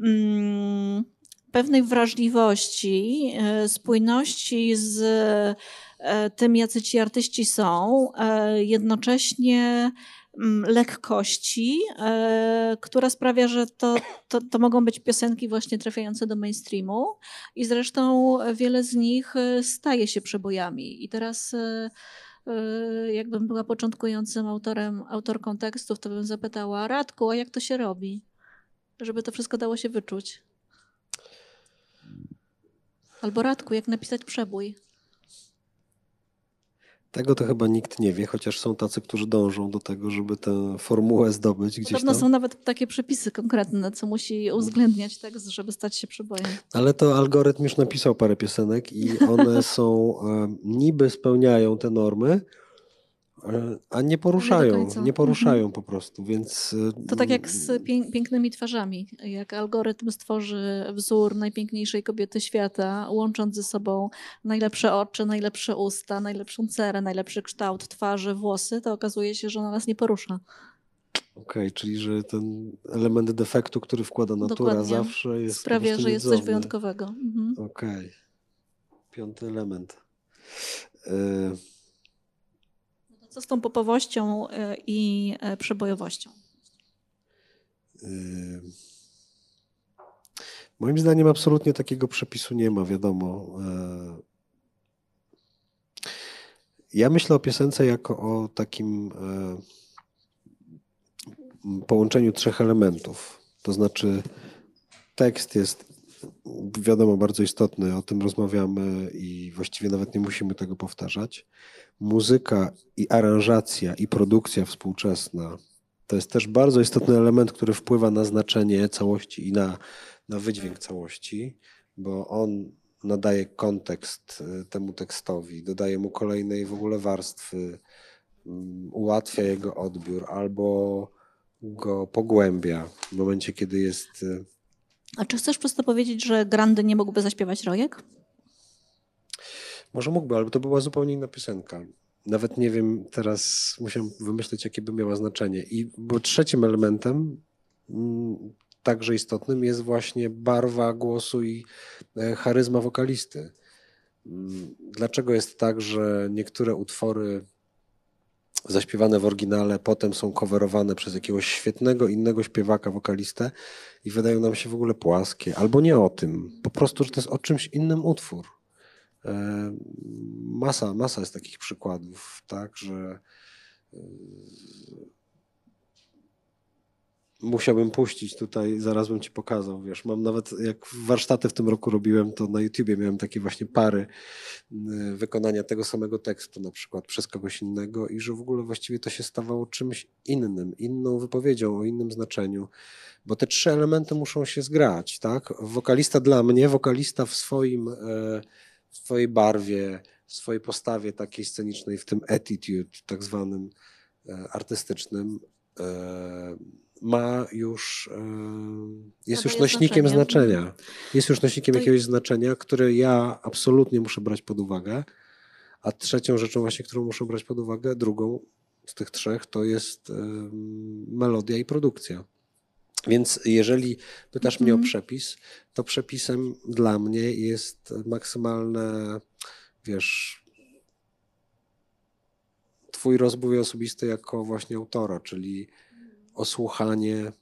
pewnej wrażliwości, spójności z tym, jacy ci artyści są, jednocześnie lekkości, która sprawia, że to mogą być piosenki właśnie trafiające do mainstreamu i zresztą wiele z nich staje się przebojami. I teraz jakbym była początkującym autorką tekstów, to bym zapytała: Radku, a jak to się robi, żeby to wszystko dało się wyczuć? Albo Radku, jak napisać przebój? Tego to chyba nikt nie wie, chociaż są tacy, którzy dążą do tego, żeby tę formułę zdobyć gdzieś tam. Podobno są nawet takie przepisy konkretne, co musi uwzględniać tekst, żeby stać się przebojem. Ale to algorytm już napisał parę piosenek i one są, niby spełniają te normy, a nie poruszają po prostu, więc... To tak jak z pięknymi twarzami. Jak algorytm stworzy wzór najpiękniejszej kobiety świata, łącząc ze sobą najlepsze oczy, najlepsze usta, najlepszą cerę, najlepszy kształt twarzy, włosy, to okazuje się, że ona nas nie porusza. Okej, czyli że ten element defektu, który wkłada natura, dokładnie, zawsze jest sprawia, że jest coś wyjątkowego. Okej. 5. element. Co z tą popowością i przebojowością? Moim zdaniem absolutnie takiego przepisu nie ma, wiadomo. Ja myślę o piosence jako o takim połączeniu 3 elementów. To znaczy tekst jest, wiadomo, bardzo istotny, o tym rozmawiamy i właściwie nawet nie musimy tego powtarzać. Muzyka i aranżacja i produkcja współczesna to jest też bardzo istotny element, który wpływa na znaczenie całości i na wydźwięk całości, bo on nadaje kontekst temu tekstowi, dodaje mu kolejnej w ogóle warstwy, ułatwia jego odbiór albo go pogłębia w momencie, kiedy jest... A czy chcesz przez to powiedzieć, że Grandy nie mógłby zaśpiewać Rojek? Może mógłby, ale to była zupełnie inna piosenka. Nawet nie wiem, teraz musiałem wymyśleć, jakie by miała znaczenie. Bo 3. elementem, także istotnym, jest właśnie barwa głosu i charyzma wokalisty. Dlaczego jest tak, że niektóre utwory zaśpiewane w oryginale potem są coverowane przez jakiegoś świetnego innego śpiewaka, wokalistę i wydają nam się w ogóle płaskie? Albo nie o tym. Po prostu, że to jest o czymś innym utwór. Masa jest takich przykładów, tak, że musiałbym puścić tutaj, zaraz bym ci pokazał, wiesz, mam nawet, jak warsztaty w tym roku robiłem, to na YouTubie miałem takie właśnie pary wykonania tego samego tekstu na przykład przez kogoś innego i że w ogóle właściwie to się stawało czymś innym, inną wypowiedzią o innym znaczeniu, bo te 3 elementy muszą się zgrać, tak? Wokalista dla mnie, wokalista w swojej barwie, w swojej postawie takiej scenicznej, w tym attitude tak zwanym artystycznym, ma już, jest już nośnikiem znaczenia. Jest już nośnikiem jakiegoś znaczenia, które ja absolutnie muszę brać pod uwagę. A trzecią rzeczą właśnie, którą muszę brać pod uwagę, drugą z tych trzech, to jest melodia i produkcja. Więc jeżeli pytasz mnie o przepis, to przepisem dla mnie jest maksymalne, wiesz, twój rozwój osobisty jako właśnie autora, czyli osłuchanie,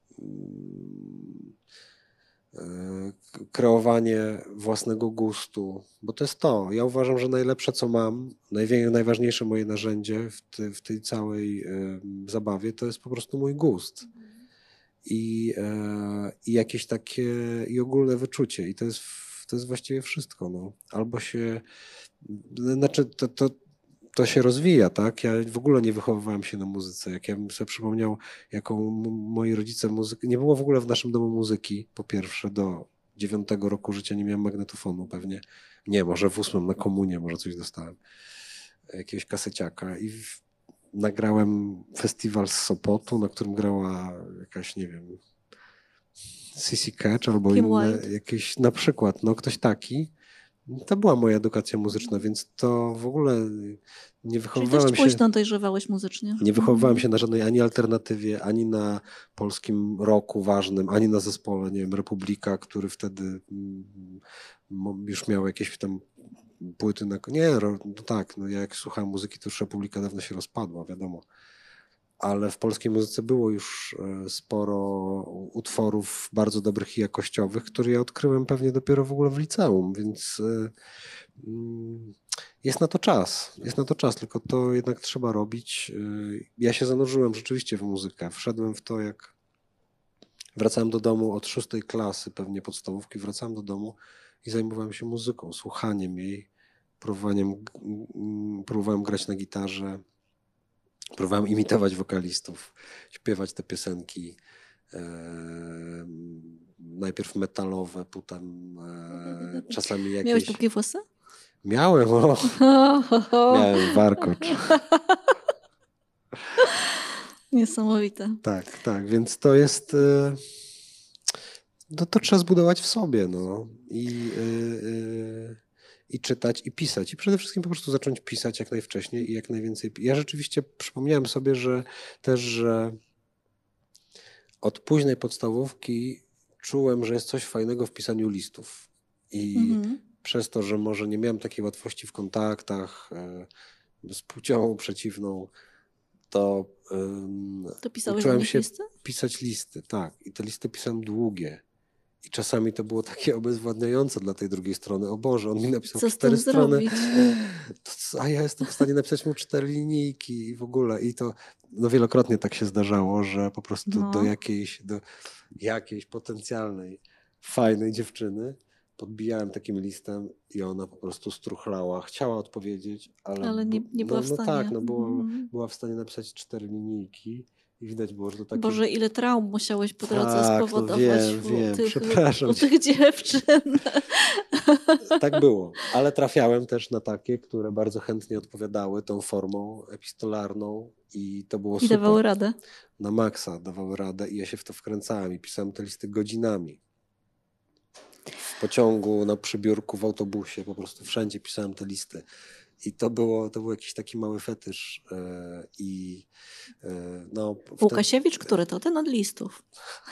kreowanie własnego gustu, bo to jest to. Ja uważam, że najlepsze, co mam, najważniejsze moje narzędzie w tej całej zabawie, to jest po prostu mój gust. I jakieś takie i ogólne wyczucie. I to jest właściwie wszystko. No. Albo się, znaczy to się rozwija, tak? Ja w ogóle nie wychowywałem się na muzyce. Jak ja bym sobie przypomniał, jaką moi rodzice muzykę... Nie było w ogóle w naszym domu muzyki, po pierwsze, do 9 roku życia nie miałem magnetofonu pewnie. Nie, może w 8 na komunię może coś dostałem. Jakiegoś kaseciaka i nagrałem festiwal z Sopotu, na którym grała jakaś, nie wiem, CC Catch albo inne jakieś, na przykład, no ktoś taki. To była moja edukacja muzyczna, więc to w ogóle nie wychowywałem się... Czyli dość późno dojrzewałeś muzycznie. Nie wychowywałem się na żadnej ani alternatywie, ani na polskim rocku ważnym, ani na zespole, nie wiem, Republika, który wtedy już miał jakieś tam płyty na... Nie, no tak, no ja jak słuchałem muzyki, to już Republika dawno się rozpadła, wiadomo. Ale w polskiej muzyce było już sporo utworów bardzo dobrych i jakościowych, które ja odkryłem pewnie dopiero w ogóle w liceum, więc jest na to czas. Jest na to czas, tylko to jednak trzeba robić. Ja się zanurzyłem rzeczywiście w muzykę. Wszedłem w to, jak wracałem do domu od 6 klasy, pewnie podstawówki, wracałem do domu i zajmowałem się muzyką, słuchaniem jej, próbowałem grać na gitarze. Próbowałem imitować wokalistów, śpiewać te piosenki, najpierw metalowe, potem czasami jakieś... Miałeś długie włosy? Miałem, miałem warkocz. Niesamowite. Tak, więc to jest... to trzeba zbudować w sobie, no. I czytać, i pisać. I przede wszystkim po prostu zacząć pisać jak najwcześniej i jak najwięcej. Ja rzeczywiście przypomniałem sobie, że od późnej podstawówki czułem, że jest coś fajnego w pisaniu listów. I przez to, że może nie miałem takiej łatwości w kontaktach z płcią przeciwną, to uczyłem się listy? Pisać listy, tak. I te listy pisałem długie. I czasami to było takie obezwładniające dla tej drugiej strony. O Boże, on mi napisał 4 strony, a ja jestem w stanie napisać mu 4 linijki i w ogóle. I to wielokrotnie tak się zdarzało, że po prostu do jakiejś potencjalnej, fajnej dziewczyny podbijałem takim listem i ona po prostu struchlała. Chciała odpowiedzieć, ale nie była w stanie. Tak, była w stanie napisać 4 linijki. I widać było, że to takie... Boże, ile traum musiałeś po drodze spowodować u tych dziewczyn. Tak było, ale trafiałem też na takie, które bardzo chętnie odpowiadały tą formą epistolarną i to było super. I dawały radę? Na maksa dawały radę i ja się w to wkręcałem i pisałem te listy godzinami. W pociągu, przy biurku, w autobusie, po prostu wszędzie pisałem te listy. I to był jakiś taki mały fetysz. Łukasiewicz, który to? Ten od listów.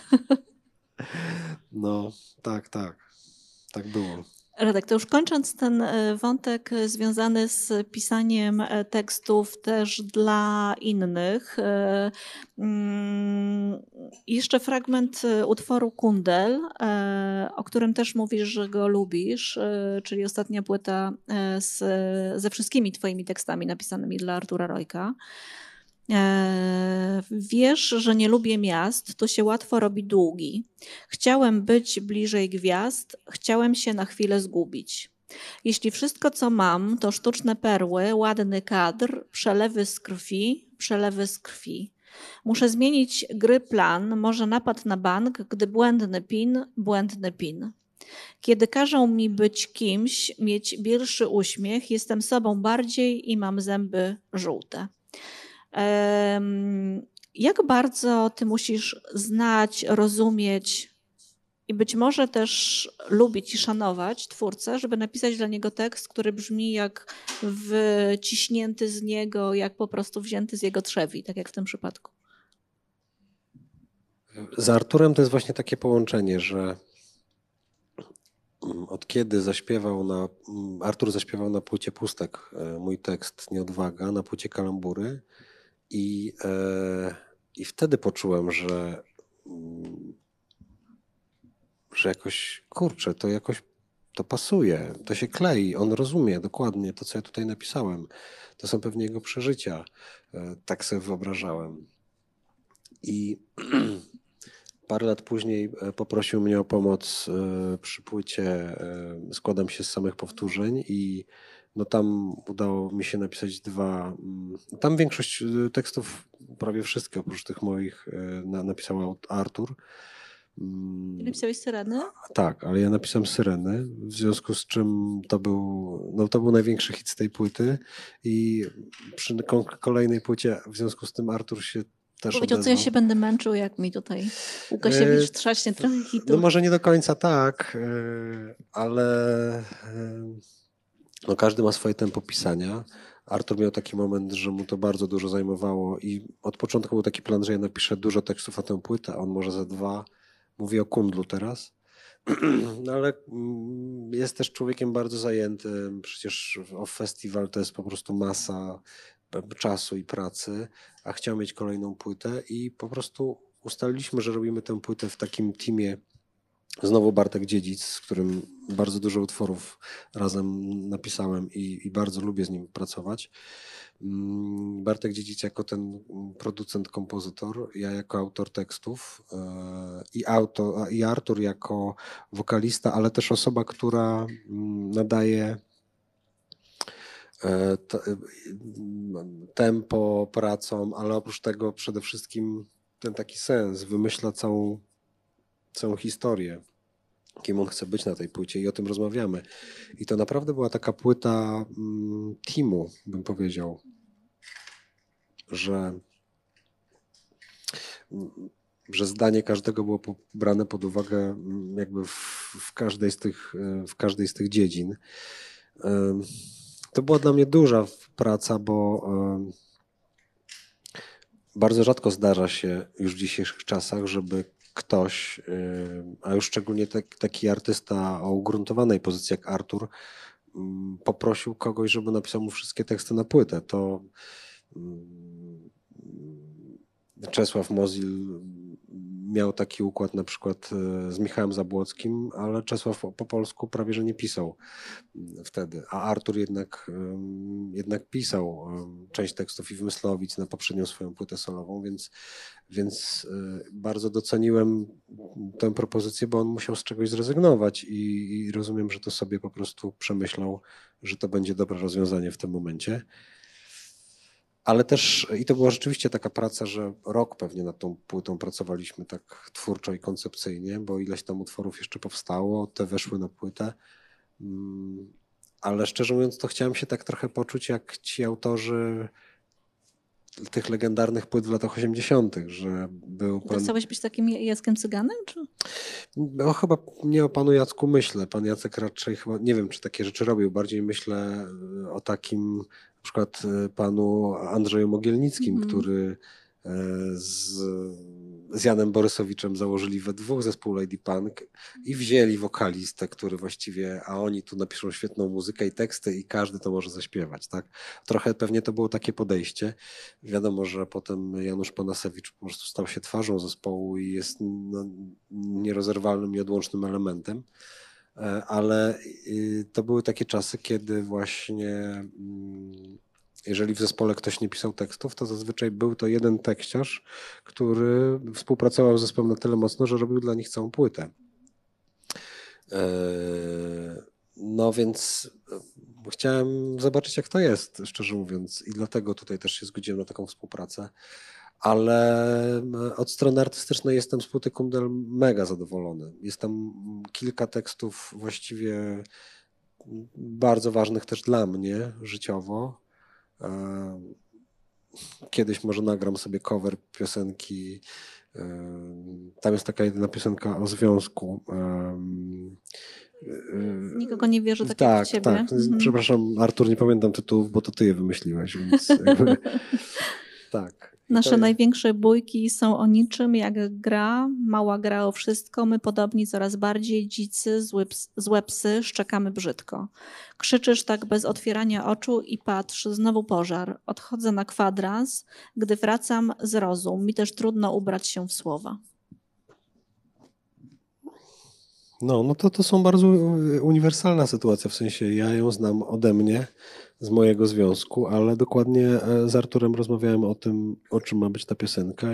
No, tak. Tak było. Radek, to już kończąc ten wątek związany z pisaniem tekstów też dla innych. Jeszcze fragment utworu Kundel, o którym też mówisz, że go lubisz, czyli ostatnia płyta ze wszystkimi twoimi tekstami napisanymi dla Artura Rojka. Wiesz, że nie lubię miast, to się łatwo robi długi. Chciałem być bliżej gwiazd, chciałem się na chwilę zgubić. Jeśli wszystko, co mam, to sztuczne perły, ładny kadr, przelewy z krwi. Muszę zmienić gry plan, może napad na bank, gdy błędny pin. Kiedy każą mi być kimś, mieć milszy uśmiech, jestem sobą bardziej i mam zęby żółte. Jak bardzo ty musisz znać, rozumieć i być może też lubić i szanować twórcę, żeby napisać dla niego tekst, który brzmi jak wyciśnięty z niego, jak po prostu wzięty z jego trzewi, tak jak w tym przypadku? Z Arturem to jest właśnie takie połączenie, że od kiedy Artur zaśpiewał na płycie Pustek mój tekst Nieodwaga, na płycie Kalambury i wtedy poczułem, że jakoś, kurczę, to jakoś to pasuje, to się klei, on rozumie dokładnie to, co ja tutaj napisałem. To są pewnie jego przeżycia, tak sobie wyobrażałem. I parę lat później poprosił mnie o pomoc przy płycie Składam się z samych powtórzeń i no tam udało mi się napisać tam większość tekstów, prawie wszystkie oprócz tych moich napisał Artur. Napisałeś Syreny? Tak, ale ja napisałem Syreny, w związku z czym to był największy hit z tej płyty i przy kolejnej płycie w związku z tym Artur się też Powiedział, co ja się będę męczył, jak mi tutaj Łukasiewicz trzaśnie trochę hitów. No może nie do końca tak, ale no każdy ma swoje tempo pisania. Artur miał taki moment, że mu to bardzo dużo zajmowało i od początku był taki plan, że ja napiszę dużo tekstów na tę płytę, a on może za 2. Mówię o Kundlu teraz. No ale jest też człowiekiem bardzo zajętym. Przecież festiwal to jest po prostu masa czasu i pracy, a chciał mieć kolejną płytę i po prostu ustaliliśmy, że robimy tę płytę w takim teamie. Znowu Bartek Dziedzic, z którym bardzo dużo utworów razem napisałem i bardzo lubię z nim pracować. Bartek Dziedzic jako ten producent, kompozytor, ja jako autor tekstów i Artur jako wokalista, ale też osoba, która nadaje tempo pracom, ale oprócz tego przede wszystkim ten taki sens, wymyśla całą historię, kim on chce być na tej płycie i o tym rozmawiamy. I to naprawdę była taka płyta teamu, bym powiedział, że zdanie każdego było brane pod uwagę jakby w każdej z tych dziedzin. To była dla mnie duża praca, bo bardzo rzadko zdarza się już w dzisiejszych czasach, żeby ktoś, a już szczególnie taki artysta o ugruntowanej pozycji jak Artur, poprosił kogoś, żeby napisał mu wszystkie teksty na płytę. To Czesław Mozil miał taki układ na przykład z Michałem Zabłockim, ale Czesław po polsku prawie że nie pisał wtedy, a Artur jednak pisał część tekstów i wymyslowic na poprzednią swoją płytę solową, więc bardzo doceniłem tę propozycję, bo on musiał z czegoś zrezygnować i rozumiem, że to sobie po prostu przemyślał, że to będzie dobre rozwiązanie w tym momencie. Ale też, i to była rzeczywiście taka praca, że rok pewnie nad tą płytą pracowaliśmy tak twórczo i koncepcyjnie, bo ileś tam utworów jeszcze powstało, te weszły na płytę. Ale szczerze mówiąc, to chciałem się tak trochę poczuć jak ci autorzy tych legendarnych płyt w latach 80., że był pan... Chciałeś być takim Jackiem Cyganem, czy? No chyba nie o panu Jacku myślę. Pan Jacek raczej chyba, nie wiem, czy takie rzeczy robił. Bardziej myślę o takim na przykład panu Andrzeju Mogielnickim, który z Janem Borysowiczem założyli we dwóch zespół Lady Punk i wzięli wokalistę, który właściwie, a oni tu napiszą świetną muzykę i teksty i każdy to może zaśpiewać, tak? Trochę pewnie to było takie podejście. Wiadomo, że potem Janusz Panasewicz po prostu stał się twarzą zespołu i jest nierozerwalnym i odłącznym elementem. Ale to były takie czasy, kiedy właśnie jeżeli w zespole ktoś nie pisał tekstów, to zazwyczaj był to jeden tekściarz, który współpracował z zespołem na tyle mocno, że robił dla nich całą płytę. No więc chciałem zobaczyć, jak to jest, szczerze mówiąc, i dlatego tutaj też się zgodziłem na taką współpracę. Ale od strony artystycznej jestem z płyty Kundel mega zadowolony. Jest tam kilka tekstów właściwie bardzo ważnych też dla mnie życiowo. Kiedyś może nagram sobie cover piosenki. Tam jest taka jedyna piosenka o związku. Nikogo nie wierzy tak tak, jak w ciebie. Tak. Przepraszam, Artur, nie pamiętam tytułów, bo to ty je wymyśliłeś. Więc jakby, tak. Nasze największe bójki są o niczym, jak gra, mała gra o wszystko, my podobni coraz bardziej, dzicy, złe psy, szczekamy brzydko. Krzyczysz tak bez otwierania oczu i patrz, znowu pożar. Odchodzę na kwadrans, gdy wracam zrozum, mi też trudno ubrać się w słowa. No to są bardzo uniwersalna sytuacja, w sensie ja ją znam ode mnie, z mojego związku, ale dokładnie z Arturem rozmawiałem o tym, o czym ma być ta piosenka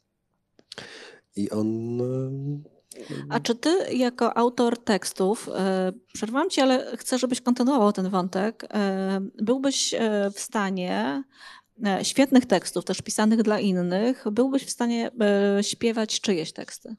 i on... A czy ty jako autor tekstów, przerwam ci, ale chcę, żebyś kontynuował ten wątek, byłbyś w stanie, świetnych tekstów, też pisanych dla innych, byłbyś w stanie śpiewać czyjeś teksty?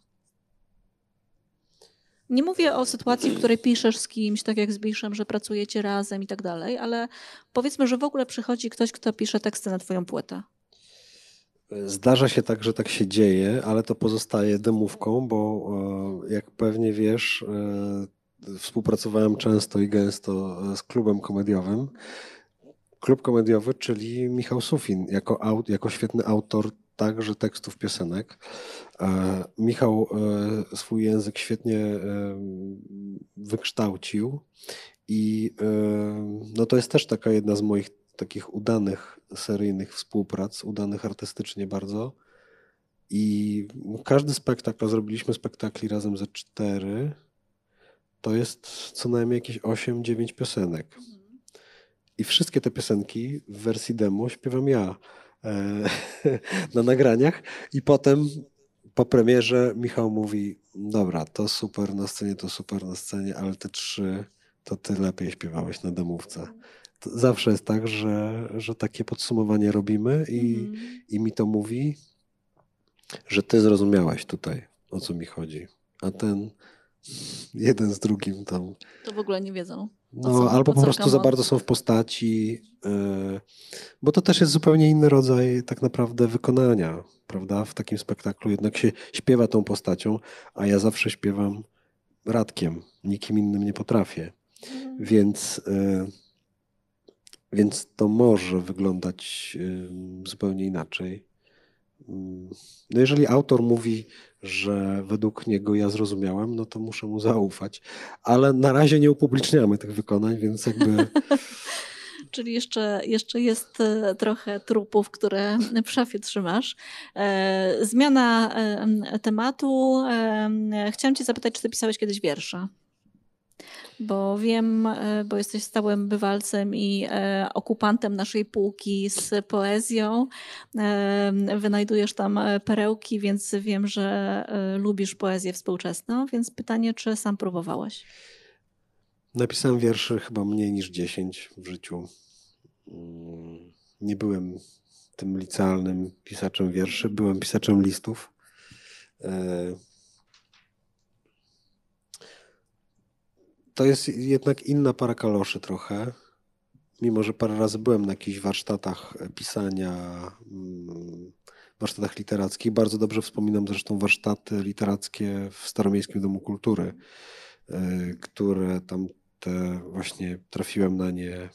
Nie mówię o sytuacji, w której piszesz z kimś, tak jak z Biszem, że pracujecie razem i tak dalej, ale powiedzmy, że w ogóle przychodzi ktoś, kto pisze teksty na twoją płytę. Zdarza się tak, że tak się dzieje, ale to pozostaje dymówką, bo jak pewnie wiesz, współpracowałem często i gęsto z klubem komediowym. Klub komediowy, czyli Michał Sufin, jako świetny autor także tekstów piosenek. Michał swój język świetnie wykształcił i no to jest też taka jedna z moich takich udanych seryjnych współprac, udanych artystycznie bardzo. I każdy spektakl, a zrobiliśmy spektakli razem ze 4, to jest co najmniej jakieś 8-9 piosenek. I wszystkie te piosenki w wersji demo śpiewam ja na nagraniach i potem po premierze Michał mówi: dobra, to super na scenie, ale te 3 to ty lepiej śpiewałeś na demówce. To zawsze jest tak, że takie podsumowanie robimy i mi to mówi, że ty zrozumiałeś tutaj, o co mi chodzi. A ten jeden z drugim tam... To w ogóle nie wiedzą. No, albo po prostu za bardzo są w postaci, bo to też jest zupełnie inny rodzaj tak naprawdę wykonania, prawda? W takim spektaklu jednak się śpiewa tą postacią, a ja zawsze śpiewam Radkiem, nikim innym nie potrafię. Więc to może wyglądać zupełnie inaczej. No jeżeli autor mówi, że według niego ja zrozumiałem, no to muszę mu zaufać. Ale na razie nie upubliczniamy tych wykonań, więc jakby... Czyli jeszcze jest trochę trupów, które w szafie trzymasz. Zmiana tematu. Chciałam cię zapytać, czy ty pisałeś kiedyś wiersze? Bo wiem, bo jesteś stałym bywalcem i okupantem naszej półki z poezją. Wynajdujesz tam perełki, więc wiem, że lubisz poezję współczesną. Więc pytanie, czy sam próbowałeś? Napisałem wierszy chyba mniej niż 10 w życiu. Nie byłem tym licealnym pisaczem wierszy, byłem pisaczem listów. To jest jednak inna para kaloszy trochę, mimo że parę razy byłem na jakichś warsztatach pisania, warsztatach literackich. Bardzo dobrze wspominam zresztą warsztaty literackie w Staromiejskim Domu Kultury, które tam właśnie trafiłem na nie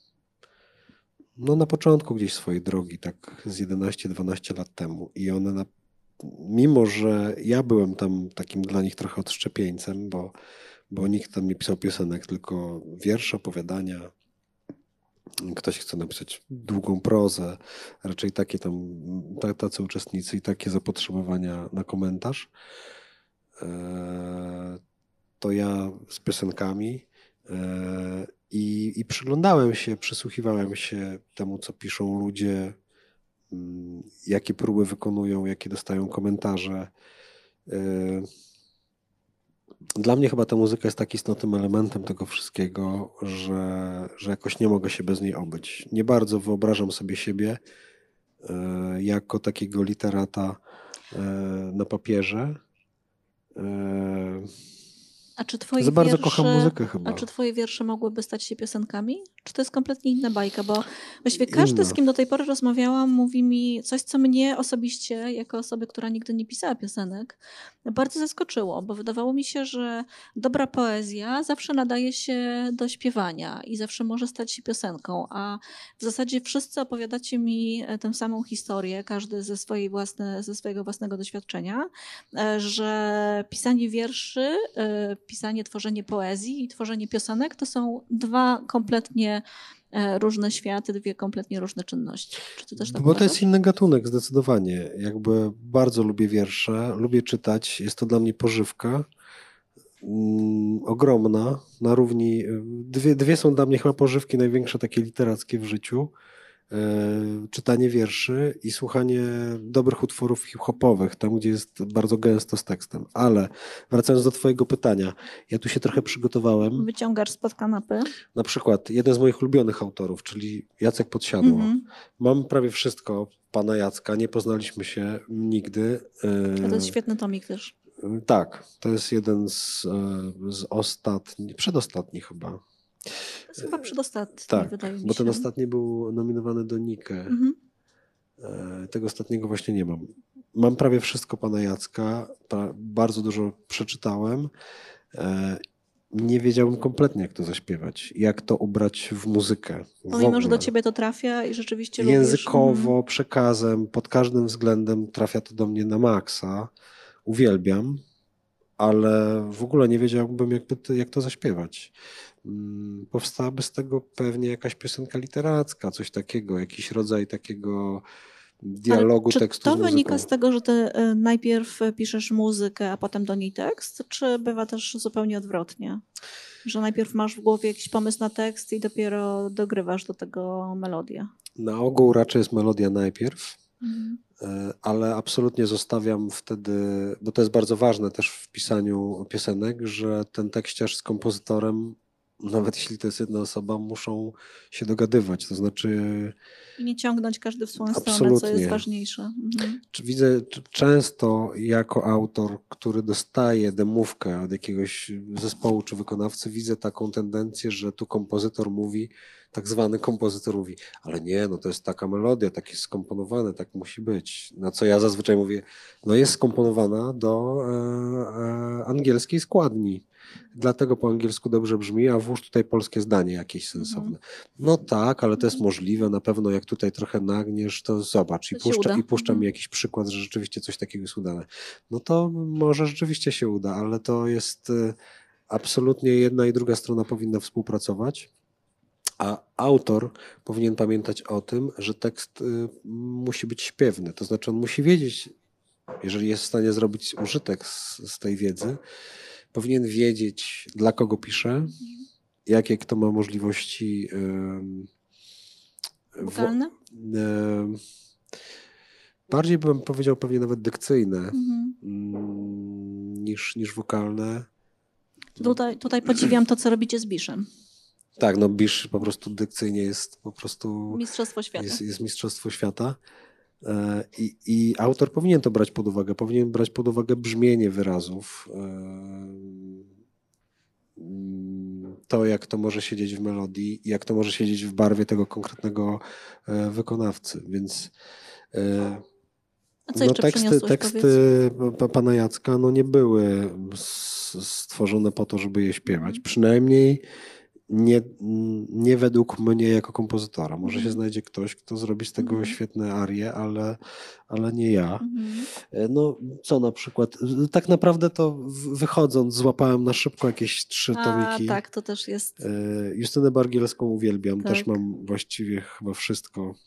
no na początku gdzieś swojej drogi, tak z 11-12 lat temu. I one, mimo że ja byłem tam takim dla nich trochę odszczepieńcem, bo nikt tam nie pisał piosenek, tylko wiersze, opowiadania. Ktoś chce napisać długą prozę, raczej takie tam, tacy uczestnicy i takie zapotrzebowania na komentarz. To ja z piosenkami i przyglądałem się, przysłuchiwałem się temu, co piszą ludzie, jakie próby wykonują, jakie dostają komentarze. Dla mnie chyba ta muzyka jest tak istotnym elementem tego wszystkiego, że jakoś nie mogę się bez niej obyć. Nie bardzo wyobrażam sobie siebie jako takiego literata na papierze. A czy twoje Za bardzo wiersze, kocham muzykę chyba. A czy twoje wiersze mogłyby stać się piosenkami? Czy to jest kompletnie inna bajka? Bo właściwie każdy, z kim do tej pory rozmawiałam, mówi mi coś, co mnie osobiście, jako osoby, która nigdy nie pisała piosenek, bardzo zaskoczyło, bo wydawało mi się, że dobra poezja zawsze nadaje się do śpiewania i zawsze może stać się piosenką, a w zasadzie wszyscy opowiadacie mi tę samą historię, każdy ze swojego własnego doświadczenia, że pisanie wierszy, pisanie, tworzenie poezji i tworzenie piosenek to są dwa kompletnie różne światy, dwie kompletnie różne czynności. Czy ty też tak Bo to uważasz? jest inny gatunek, zdecydowanie. Jakby bardzo lubię wiersze, lubię czytać, jest to dla mnie pożywka ogromna, na równi, dwie są dla mnie chyba pożywki największe takie literackie w życiu. Czytanie wierszy i słuchanie dobrych utworów hip-hopowych, tam gdzie jest bardzo gęsto z tekstem. Ale wracając do twojego pytania, ja tu się trochę przygotowałem. Wyciągasz spod kanapy. Na przykład jeden z moich ulubionych autorów, czyli Jacek Podsiadło. Mam prawie wszystko pana Jacka, nie poznaliśmy się nigdy. A to jest świetny tomik też. Tak, to jest jeden z przedostatnich chyba. To jest chyba przedostatni, Tak, wydaje mi się. bo ten ostatni był nominowany do Nikę. Tego ostatniego właśnie nie mam. Mam prawie wszystko pana Jacka, bardzo dużo przeczytałem. Nie wiedziałbym kompletnie, jak to zaśpiewać, jak to ubrać w muzykę. Pomimo, że do ciebie to trafia i rzeczywiście językowo, lubisz. przekazem, pod każdym względem trafia to do mnie na maksa. Uwielbiam, ale w ogóle nie wiedziałbym, jak to zaśpiewać. Powstałaby z tego pewnie jakaś piosenka literacka, coś takiego, jakiś rodzaj takiego dialogu tekstu z muzyką. Czy to wynika z tego, że ty najpierw piszesz muzykę, a potem do niej tekst, czy bywa też zupełnie odwrotnie? Że najpierw masz w głowie jakiś pomysł na tekst i dopiero dogrywasz do tego melodię? Na ogół raczej jest melodia najpierw, ale absolutnie zostawiam wtedy, bo to jest bardzo ważne też w pisaniu piosenek, że ten tekściarz z kompozytorem, nawet jeśli to jest jedna osoba, muszą się dogadywać. To znaczy... I nie ciągnąć każdy w swoją stronę, absolutnie. co jest ważniejsze. Widzę często jako autor, który dostaje demówkę od jakiegoś zespołu czy wykonawcy, widzę taką tendencję, że tu kompozytor mówi, tak zwany kompozytor mówi, ale nie, no to jest taka melodia, tak jest skomponowane, tak musi być. Na co ja zazwyczaj mówię, no jest skomponowana do angielskiej składni. Dlatego po angielsku dobrze brzmi, a włóż tutaj polskie zdanie jakieś sensowne. No tak, ale to jest możliwe, na pewno jak tutaj trochę nagniesz, to zobacz i puszcza mi jakiś przykład, że rzeczywiście coś takiego jest udane. No to może rzeczywiście się uda, ale to jest absolutnie jedna i druga strona powinna współpracować, a autor powinien pamiętać o tym, że tekst musi być śpiewny, to znaczy on musi wiedzieć, jeżeli jest w stanie zrobić użytek z tej wiedzy, powinien wiedzieć, dla kogo pisze, jakie kto ma możliwości wokalne? Bardziej bym powiedział pewnie nawet dykcyjne niż wokalne. Tutaj podziwiam to, co robicie z Biszem. Tak, no Bisz po prostu dykcyjnie jest po prostu... Mistrzostwo świata. Jest mistrzostwo świata. I autor powinien to brać pod uwagę. Powinien brać pod uwagę brzmienie wyrazów. To, jak to może siedzieć w melodii, jak to może siedzieć w barwie tego konkretnego wykonawcy. Więc a co jeszcze teksty pana Jacka nie były stworzone po to, żeby je śpiewać. Przynajmniej nie według mnie jako kompozytora. Może się znajdzie ktoś, kto zrobi z tego świetne arie, ale nie ja. No co na przykład? Tak naprawdę to wychodząc złapałem na szybko jakieś 3 tomiki. Tak, to też jest. Justynę Bargielską uwielbiam. Tak. Też mam właściwie chyba wszystko.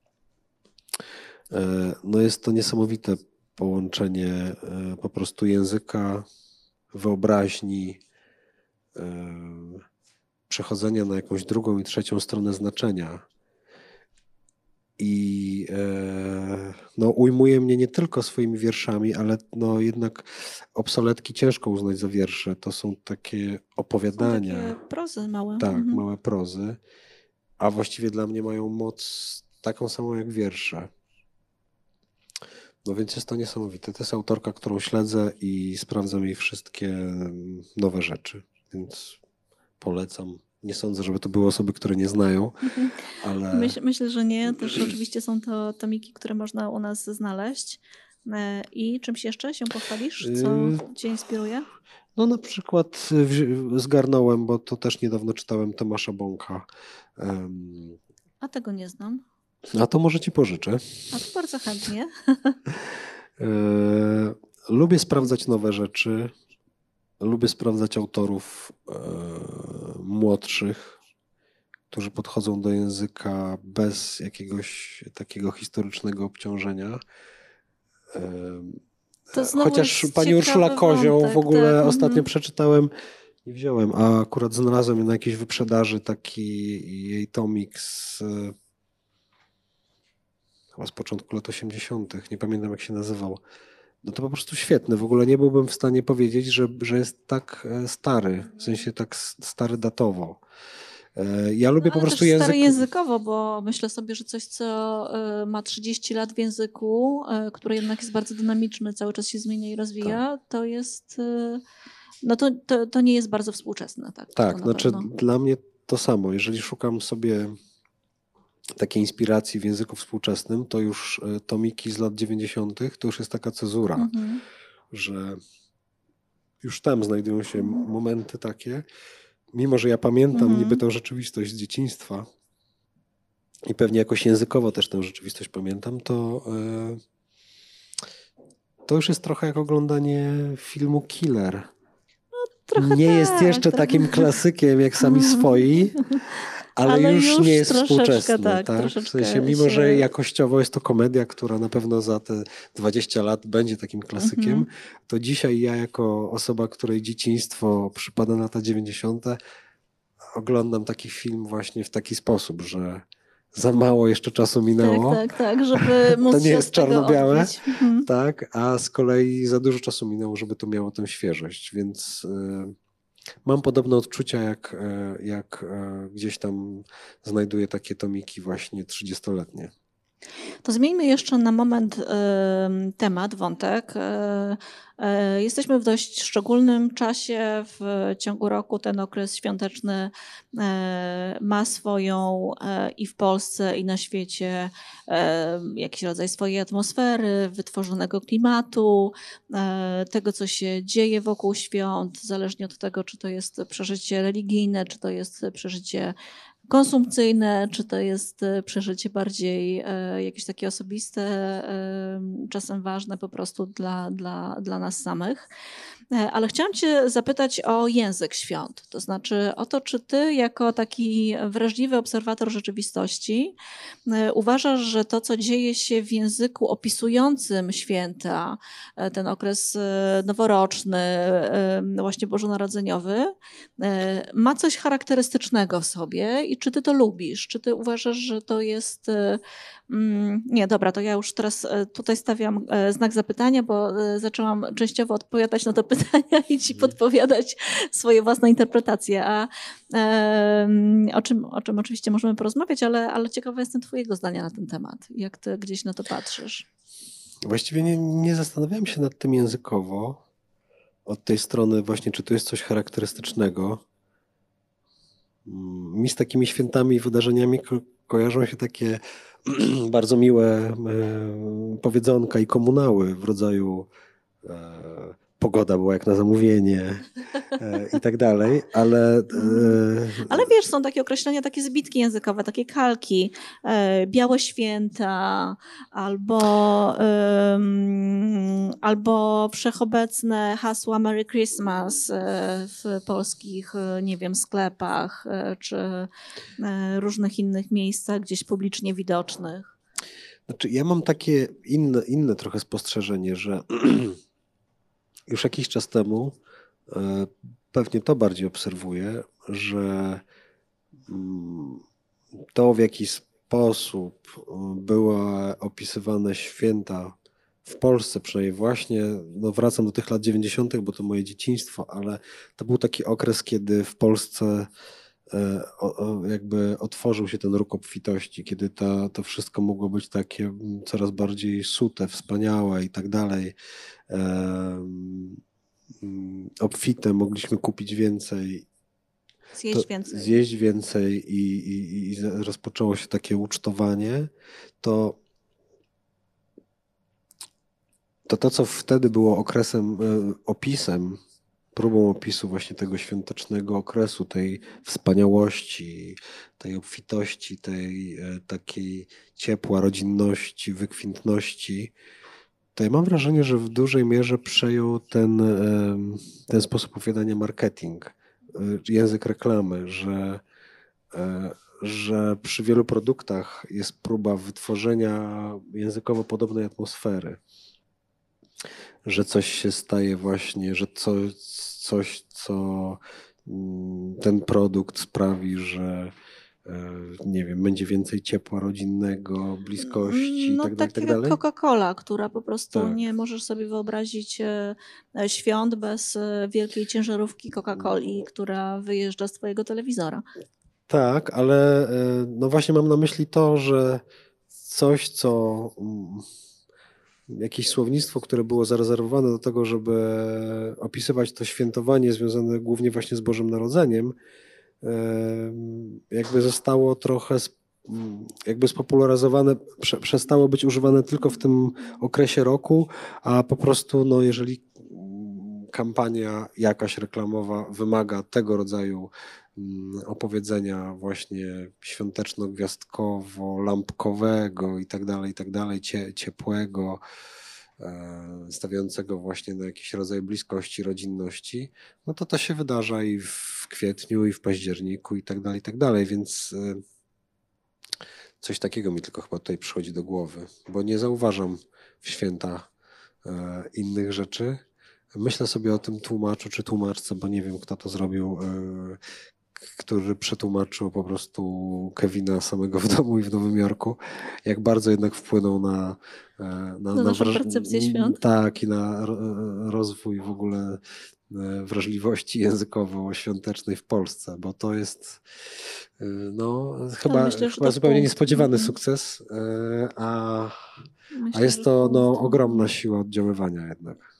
No jest to niesamowite połączenie po prostu języka, wyobraźni, przechodzenia na jakąś drugą i trzecią stronę znaczenia. I ujmuje mnie nie tylko swoimi wierszami, ale jednak obsoletki ciężko uznać za wiersze. To są takie opowiadania. Są takie prozy małe. Tak, małe prozy. A właściwie dla mnie mają moc taką samą jak wiersze. No więc jest to niesamowite. To jest autorka, którą śledzę i sprawdzam jej wszystkie nowe rzeczy, więc polecam. Nie sądzę, żeby to były osoby, które nie znają, ale... Myślę, że nie. Też oczywiście są to tomiki, które można u nas znaleźć. I czymś jeszcze się pochwalisz? Co cię inspiruje? No na przykład zgarnąłem, bo to też niedawno czytałem Tomasza Bąka. A tego nie znam. A to może ci pożyczę. A to bardzo chętnie. Lubię sprawdzać nowe rzeczy. Lubię sprawdzać autorów młodszych, którzy podchodzą do języka bez jakiegoś takiego historycznego obciążenia. Chociaż pani Urszula Kozioł w ogóle ostatnio przeczytałem, nie wziąłem, a akurat znalazłem na jakiejś wyprzedaży taki jej tomik chyba z początku lat 80. Nie pamiętam, jak się nazywał. No to po prostu świetne. W ogóle nie byłbym w stanie powiedzieć, że jest tak stary, w sensie tak stary datowo. Ja lubię po prostu język... Stary językowo, bo myślę sobie, że coś, co ma 30 lat w języku, który jednak jest bardzo dynamiczny, cały czas się zmienia i rozwija, to jest... No to nie jest bardzo współczesne. Tak, znaczy dla mnie to samo. Jeżeli szukam sobie takiej inspiracji w języku współczesnym, to już tomiki z lat 90. to już jest taka cezura, że już tam znajdują się momenty takie, mimo że ja pamiętam niby tą rzeczywistość z dzieciństwa i pewnie jakoś językowo też tę rzeczywistość pamiętam, to już jest trochę jak oglądanie filmu Killer. Nie jest jeszcze takim klasykiem jak Sami swoi, ale już nie jest współczesny. Tak? W sensie, mimo że jakościowo jest to komedia, która na pewno za te 20 lat będzie takim klasykiem, to dzisiaj ja jako osoba, której dzieciństwo przypada na lata 90., oglądam taki film właśnie w taki sposób, że za mało jeszcze czasu minęło. Tak, żeby móc to nie jest czarno-białe, tak, a z kolei za dużo czasu minęło, żeby to miało tę świeżość, więc mam podobne odczucia, jak gdzieś tam znajduję takie tomiki właśnie 30-letnie. To zmieńmy jeszcze na moment temat, wątek. Jesteśmy w dość szczególnym czasie. W ciągu roku ten okres świąteczny ma swoją i w Polsce, i na świecie jakiś rodzaj swojej atmosfery, wytworzonego klimatu, tego, co się dzieje wokół świąt, zależnie od tego, czy to jest przeżycie religijne, czy to jest przeżycie konsumpcyjne, czy to jest przeżycie bardziej jakieś takie osobiste, czasem ważne po prostu dla nas samych. Ale chciałam cię zapytać o język świąt, to znaczy o to, czy ty jako taki wrażliwy obserwator rzeczywistości uważasz, że to, co dzieje się w języku opisującym święta, ten okres noworoczny, właśnie bożonarodzeniowy, ma coś charakterystycznego w sobie i czy ty to lubisz? Czy ty uważasz, że to jest... Nie, dobra, to ja już teraz tutaj stawiam znak zapytania, bo zaczęłam częściowo odpowiadać na to pytania i ci podpowiadać swoje własne interpretacje, a o czym oczywiście możemy porozmawiać, ale ciekawa jestem twojego zdania na ten temat. Jak ty gdzieś na to patrzysz? Właściwie nie zastanawiałem się nad tym językowo, od tej strony właśnie, czy tu jest coś charakterystycznego. Mi z takimi świętami i wydarzeniami kojarzą się takie bardzo miłe powiedzonka i komunały w rodzaju pogoda była jak na zamówienie i tak dalej, ale... Ale wiesz, są takie określenia, takie zbitki językowe, takie kalki, białe święta, albo wszechobecne hasła Merry Christmas w polskich, nie wiem, sklepach, czy różnych innych miejscach gdzieś publicznie widocznych. Znaczy, ja mam takie inne trochę spostrzeżenie, że już jakiś czas temu pewnie to bardziej obserwuję, że to, w jaki sposób były opisywane święta w Polsce, przynajmniej właśnie, no wracam do tych lat 90., bo to moje dzieciństwo, ale to był taki okres, kiedy w Polsce jakby otworzył się ten róg obfitości, kiedy to wszystko mogło być takie coraz bardziej sute, wspaniałe i tak dalej. Obfite, mogliśmy kupić więcej. Zjeść więcej i rozpoczęło się takie ucztowanie, to co wtedy było okresem, próbą opisu właśnie tego świątecznego okresu, tej wspaniałości, tej obfitości, tej takiej ciepła, rodzinności, wykwintności, to ja mam wrażenie, że w dużej mierze przejął ten sposób opowiadania marketing, język reklamy, że przy wielu produktach jest próba wytworzenia językowo podobnej atmosfery, że coś się staje właśnie, że coś, co ten produkt sprawi, że nie wiem, będzie więcej ciepła rodzinnego, bliskości i tak dalej. Tak jak Coca-Cola, która po prostu nie możesz sobie wyobrazić świąt bez wielkiej ciężarówki Coca-Coli, która wyjeżdża z twojego telewizora. Tak, ale no właśnie mam na myśli to, że coś, co jakieś słownictwo, które było zarezerwowane do tego, żeby opisywać to świętowanie związane głównie właśnie z Bożym Narodzeniem, jakby zostało trochę jakby spopularyzowane, przestało być używane tylko w tym okresie roku, a po prostu no jeżeli kampania jakaś reklamowa wymaga tego rodzaju opowiedzenia właśnie świąteczno-gwiazdkowo-lampkowego i tak dalej, ciepłego, stawiającego właśnie na jakiś rodzaj bliskości, rodzinności, no to się wydarza i w kwietniu, i w październiku i tak dalej, więc coś takiego mi tylko chyba tutaj przychodzi do głowy, bo nie zauważam w święta innych rzeczy. Myślę sobie o tym tłumaczu czy tłumaczce, bo nie wiem, kto to zrobił, który przetłumaczył po prostu Kevina samego w domu i w Nowym Jorku, jak bardzo jednak wpłynął na naszą percepcję świąt. Tak, i na rozwój w ogóle wrażliwości językowo-świątecznej w Polsce, bo to jest no, chyba zupełnie niespodziewany sukces, a jest to no, ogromna siła oddziaływania jednak.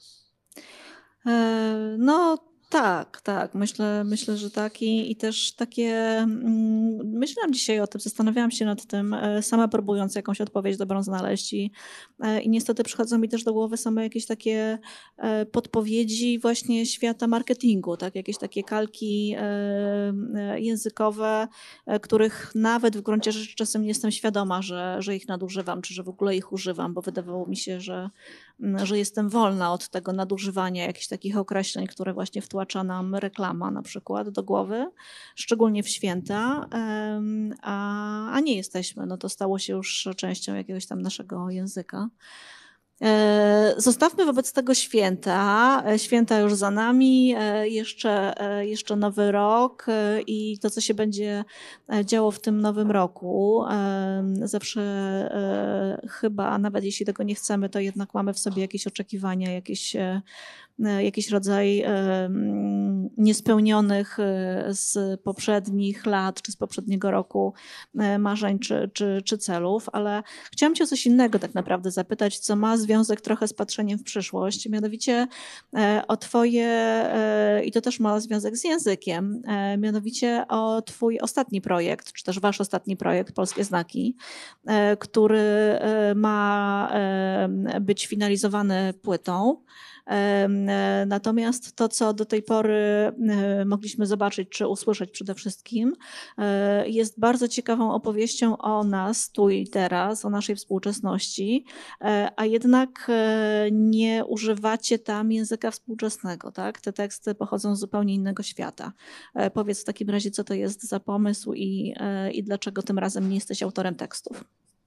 No tak. Myślę, że tak i też takie, myślałam dzisiaj o tym, zastanawiałam się nad tym, sama próbując jakąś odpowiedź dobrą znaleźć i niestety przychodzą mi też do głowy same jakieś takie podpowiedzi właśnie świata marketingu, tak? Jakieś takie kalki językowe, których nawet w gruncie rzeczy czasem nie jestem świadoma, że ich nadużywam, czy że w ogóle ich używam, bo wydawało mi się, że jestem wolna od tego nadużywania jakichś takich określeń, które właśnie wtłacza nam reklama na przykład do głowy, szczególnie w święta, a nie jesteśmy. No to stało się już częścią jakiegoś tam naszego języka. Zostawmy wobec tego święta. Święta już za nami, jeszcze nowy rok i to, co się będzie działo w tym nowym roku. Zawsze chyba, nawet jeśli tego nie chcemy, to jednak mamy w sobie jakieś oczekiwania, jakiś rodzaj niespełnionych z poprzednich lat czy z poprzedniego roku marzeń czy celów, ale chciałam cię o coś innego tak naprawdę zapytać, co ma związek trochę z patrzeniem w przyszłość, mianowicie o twoje, i to też ma związek z językiem, mianowicie o twój ostatni projekt, czy też wasz ostatni projekt, Polskie Znaki, który ma być finalizowany płytą. Natomiast to, co do tej pory mogliśmy zobaczyć czy usłyszeć przede wszystkim, jest bardzo ciekawą opowieścią o nas tu i teraz, o naszej współczesności, a jednak nie używacie tam języka współczesnego, tak? Te teksty pochodzą z zupełnie innego świata. Powiedz w takim razie, co to jest za pomysł i dlaczego tym razem nie jesteś autorem tekstów?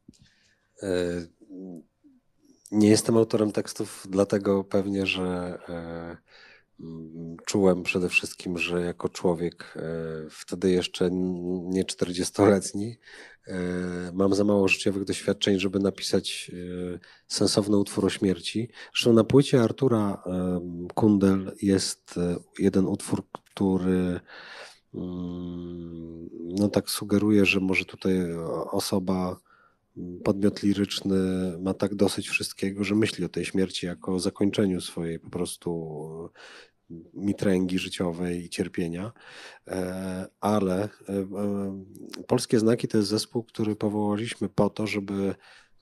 Nie jestem autorem tekstów, dlatego pewnie, że czułem przede wszystkim, że jako człowiek, wtedy jeszcze nie 40-letni, mam za mało życiowych doświadczeń, żeby napisać sensowny utwór o śmierci. Zresztą na płycie Artura Kundel jest jeden utwór, który no tak sugeruje, że może tutaj osoba, podmiot liryczny ma tak dosyć wszystkiego, że myśli o tej śmierci jako o zakończeniu swojej po prostu mitręgi życiowej i cierpienia, ale Polskie Znaki to jest zespół, który powołaliśmy po to, żeby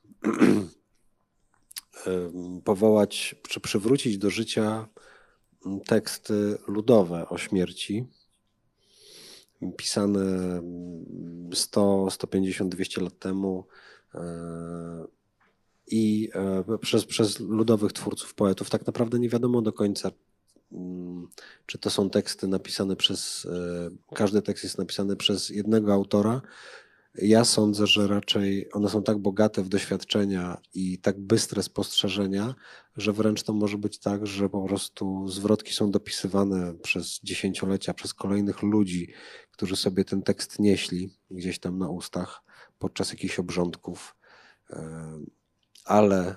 powołać czy przywrócić do życia teksty ludowe o śmierci, pisane 100, 150, 200 lat temu i przez ludowych twórców, poetów. Tak naprawdę nie wiadomo do końca, czy to są teksty napisane każdy tekst jest napisany przez jednego autora. Ja sądzę, że raczej one są tak bogate w doświadczenia i tak bystre spostrzeżenia, że wręcz to może być tak, że po prostu zwrotki są dopisywane przez dziesięciolecia, przez kolejnych ludzi, którzy sobie ten tekst nieśli gdzieś tam na ustach podczas jakichś obrządków. Ale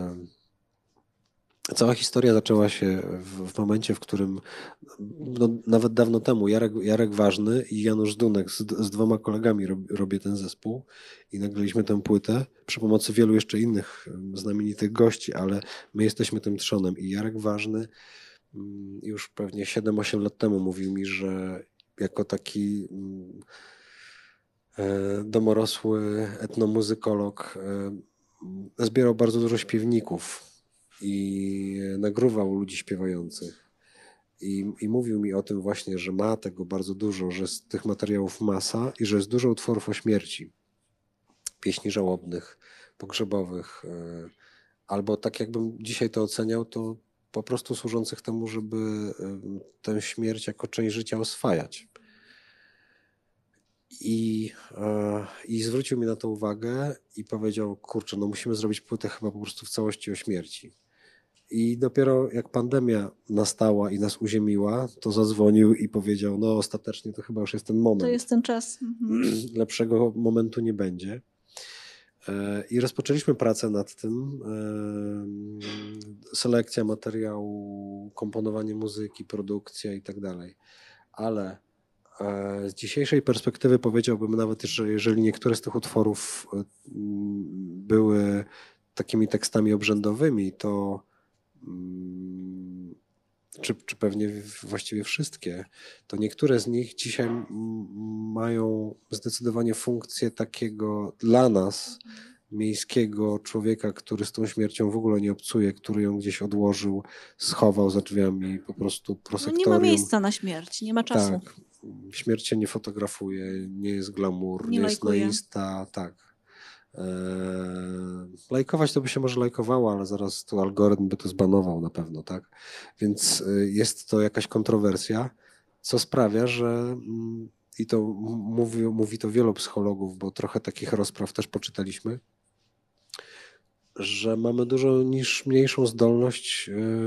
cała historia zaczęła się w momencie, w którym no, nawet dawno temu Jarek Ważny i Janusz Dunek z dwoma kolegami robię ten zespół i nagraliśmy tę płytę przy pomocy wielu jeszcze innych znamienitych gości, ale my jesteśmy tym trzonem i Jarek Ważny już pewnie 7-8 lat temu mówił mi, że jako taki domorosły etnomuzykolog zbierał bardzo dużo śpiewników i nagrywał ludzi śpiewających. I mówił mi o tym właśnie, że ma tego bardzo dużo, że z tych materiałów masa i że jest dużo utworów o śmierci. Pieśni żałobnych, pogrzebowych. Albo tak jakbym dzisiaj to oceniał, to po prostu służących temu, żeby tę śmierć jako część życia oswajać. I zwrócił mi na to uwagę i powiedział, kurczę, no musimy zrobić płytę chyba po prostu w całości o śmierci. I dopiero jak pandemia nastała i nas uziemiła, to zadzwonił i powiedział, no ostatecznie to chyba już jest ten moment. To jest ten czas. Lepszego momentu nie będzie. I rozpoczęliśmy pracę nad tym. Selekcja materiału, komponowanie muzyki, produkcja i tak dalej. Ale z dzisiejszej perspektywy powiedziałbym nawet, że jeżeli niektóre z tych utworów były takimi tekstami obrzędowymi, to czy pewnie właściwie wszystkie, to niektóre z nich dzisiaj mają zdecydowanie funkcję takiego dla nas miejskiego człowieka, który z tą śmiercią w ogóle nie obcuje, który ją gdzieś odłożył, schował za drzwiami, po prostu prosektorium. No nie ma miejsca na śmierć, nie ma czasu. Tak, śmierć się nie fotografuje, nie jest glamour, nie jest lajkuje. na Insta, tak. Lajkować to by się może lajkowało, ale zaraz tu algorytm by to zbanował na pewno, tak? Więc jest to jakaś kontrowersja, co sprawia, że i to mówi to wielu psychologów, bo trochę takich rozpraw też poczytaliśmy, że mamy dużo mniejszą zdolność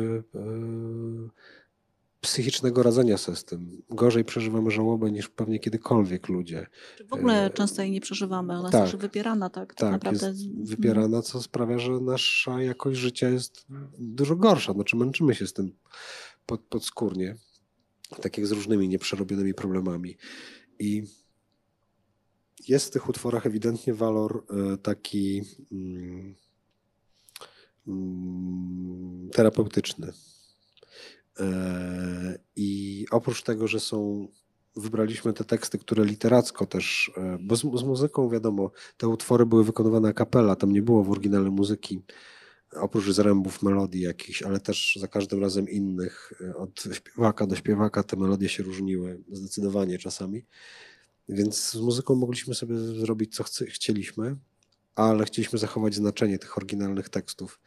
psychicznego radzenia sobie z tym. Gorzej przeżywamy żałobę niż pewnie kiedykolwiek ludzie. W ogóle często jej nie przeżywamy, ona tak, jest też wypierana, tak naprawdę. Jest wypierana, co sprawia, że nasza jakość życia jest dużo gorsza. Znaczy męczymy się z tym podskórnie, tak jak z różnymi nieprzerobionymi problemami. I jest w tych utworach ewidentnie walor taki terapeutyczny. I oprócz tego, że wybraliśmy te teksty, które literacko też, bo z muzyką wiadomo, te utwory były wykonywane a cappella, tam nie było w oryginale muzyki, oprócz zrębów melodii jakichś, ale też za każdym razem innych, od śpiewaka do śpiewaka te melodie się różniły zdecydowanie czasami, więc z muzyką mogliśmy sobie zrobić co chcieliśmy, ale chcieliśmy zachować znaczenie tych oryginalnych tekstów.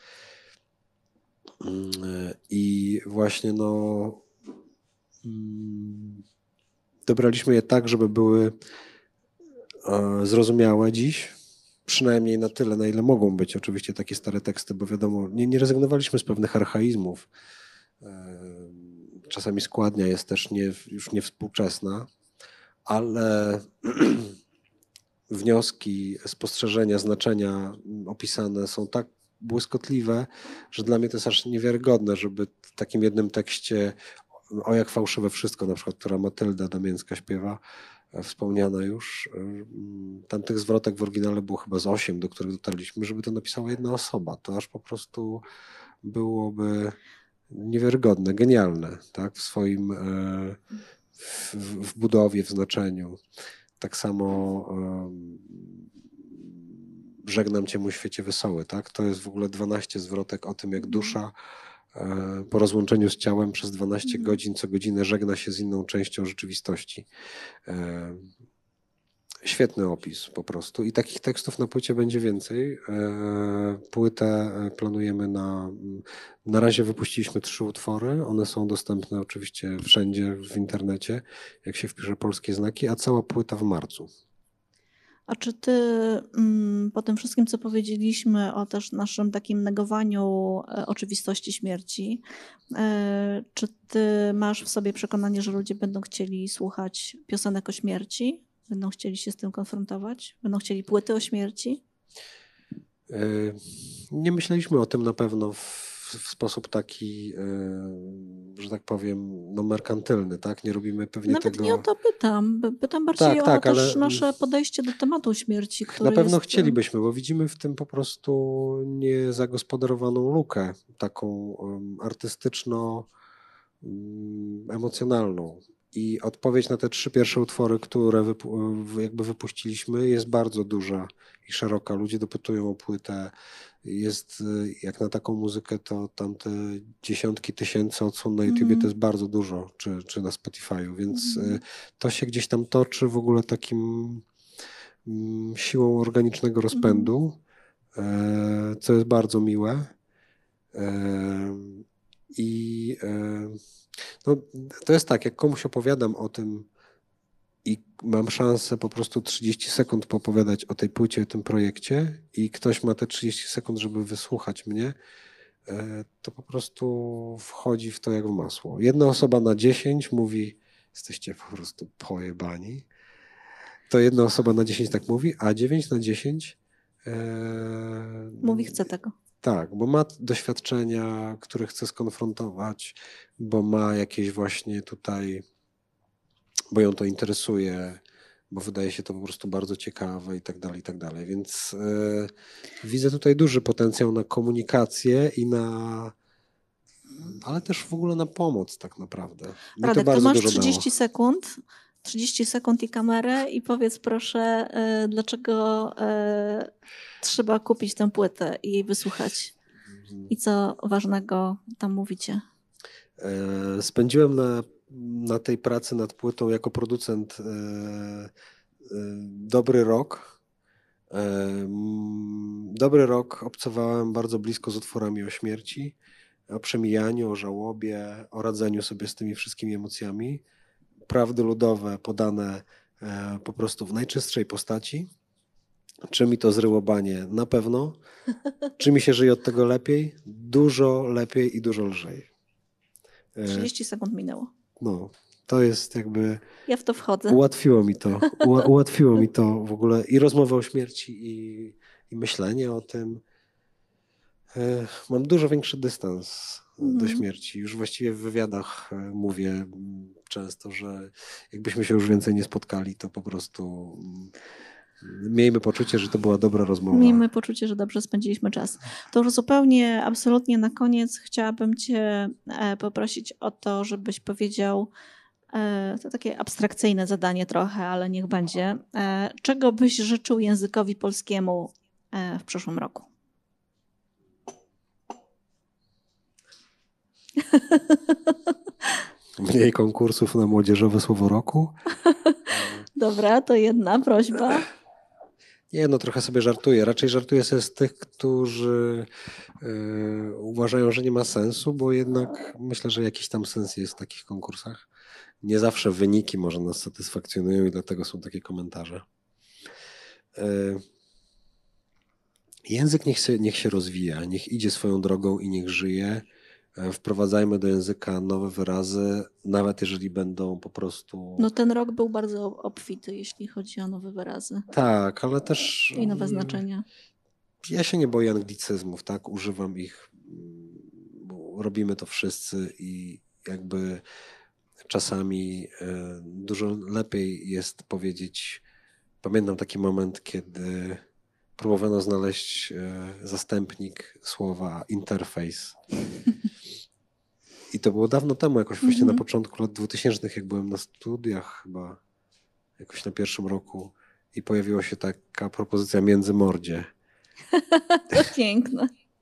I właśnie dobraliśmy je tak, żeby były zrozumiałe dziś, przynajmniej na tyle, na ile mogą być oczywiście takie stare teksty, bo wiadomo, nie rezygnowaliśmy z pewnych archaizmów. Czasami składnia jest też już niewspółczesna, ale wnioski, spostrzeżenia, znaczenia opisane są tak błyskotliwe, że dla mnie to jest aż niewiarygodne, żeby w takim jednym tekście O jak fałszywe wszystko, na przykład, która Matylda Damięcka śpiewa, wspomniana już. Tam tych zwrotek w oryginale było chyba z 8, do których dotarliśmy, żeby to napisała jedna osoba. To aż po prostu byłoby niewiarygodne, genialne, tak? W swoim w budowie, w znaczeniu. Tak samo Żegnam cię mój świecie wesoły, tak? To jest w ogóle 12 zwrotek o tym, jak dusza po rozłączeniu z ciałem przez 12 godzin co godzinę żegna się z inną częścią rzeczywistości. Świetny opis po prostu. I takich tekstów na płycie będzie więcej. Płytę planujemy na razie wypuściliśmy 3 utwory. One są dostępne oczywiście wszędzie w internecie, jak się wpisze polskie znaki, a cała płyta w marcu. A czy ty po tym wszystkim, co powiedzieliśmy o też naszym takim negowaniu oczywistości śmierci, czy ty masz w sobie przekonanie, że ludzie będą chcieli słuchać piosenek o śmierci? Będą chcieli się z tym konfrontować? Będą chcieli płyty o śmierci? Nie myśleliśmy o tym na pewno w sposób taki, że tak powiem, no merkantylny, tak? Nie robimy pewnie Nawet tego... nie o to pytam. Pytam bardziej o też ale nasze podejście do tematu śmierci, który na pewno jest... chcielibyśmy, bo widzimy w tym po prostu niezagospodarowaną lukę, taką artystyczno-emocjonalną. I odpowiedź na te 3 pierwsze utwory, które jakby wypuściliśmy, jest bardzo duża i szeroka. Ludzie dopytują o płytę. Jest, jak na taką muzykę, to tamte dziesiątki tysięcy odsłon na YouTubie to jest bardzo dużo, czy na Spotify'u, więc to się gdzieś tam toczy w ogóle takim siłą organicznego rozpędu, co jest bardzo miłe. I no, to jest tak, jak komuś opowiadam o tym i mam szansę po prostu 30 sekund poopowiadać o tej płycie, o tym projekcie i ktoś ma te 30 sekund, żeby wysłuchać mnie, to po prostu wchodzi w to jak w masło. 1 osoba na 10 mówi, jesteście po prostu pojebani. To 1 osoba na 10 tak mówi, a 9 na 10 mówi, chce tego. Tak, bo ma doświadczenia, które chce skonfrontować, bo ma jakieś właśnie tutaj, bo ją to interesuje, bo wydaje się to po prostu bardzo ciekawe i tak dalej, i tak dalej. Więc widzę tutaj duży potencjał na komunikację i ale też w ogóle na pomoc tak naprawdę. Radek, to masz 30 sekund. 30 sekund i kamerę i powiedz proszę, dlaczego trzeba kupić tę płytę i jej wysłuchać. I co ważnego tam mówicie? Spędziłem na tej pracy nad płytą jako producent dobry rok. Dobry rok obcowałem bardzo blisko z utworami o śmierci, o przemijaniu, o żałobie, o radzeniu sobie z tymi wszystkimi emocjami. Prawdy ludowe podane po prostu w najczystszej postaci. Czy mi to zryło banie? Na pewno. Czy mi się żyje od tego lepiej? Dużo lepiej i dużo lżej. 30 sekund minęło. No, to jest jakby... Ja w to wchodzę. Ułatwiło mi to w ogóle i rozmowę o śmierci i myślenie o tym. Mam dużo większy dystans do śmierci. Już właściwie w wywiadach mówię często, że jakbyśmy się już więcej nie spotkali, to po prostu miejmy poczucie, że to była dobra rozmowa. Miejmy poczucie, że dobrze spędziliśmy czas. To już zupełnie, absolutnie na koniec chciałabym cię poprosić o to, żebyś powiedział, to takie abstrakcyjne zadanie trochę, ale niech będzie. Czego byś życzył językowi polskiemu w przyszłym roku? Mniej konkursów na młodzieżowe słowo roku. Dobra, to jedna prośba. Nie, no trochę sobie żartuję. Raczej żartuję sobie z tych, którzy uważają, że nie ma sensu, bo jednak myślę, że jakiś tam sens jest w takich konkursach. Nie zawsze wyniki może nas satysfakcjonują i dlatego są takie komentarze. Język niech się rozwija, niech idzie swoją drogą i niech żyje. Wprowadzajmy do języka nowe wyrazy, nawet jeżeli będą po prostu... No ten rok był bardzo obfity, jeśli chodzi o nowe wyrazy. Tak, ale też... I nowe znaczenia. Ja się nie boję anglicyzmów, tak? Używam ich, bo robimy to wszyscy i jakby czasami dużo lepiej jest powiedzieć. Pamiętam taki moment, kiedy próbowano znaleźć zastępnik słowa interfejs. I to było dawno temu, jakoś właśnie na początku lat 2000, jak byłem na studiach chyba, jakoś na pierwszym roku i pojawiła się taka propozycja międzymordzie. To piękne.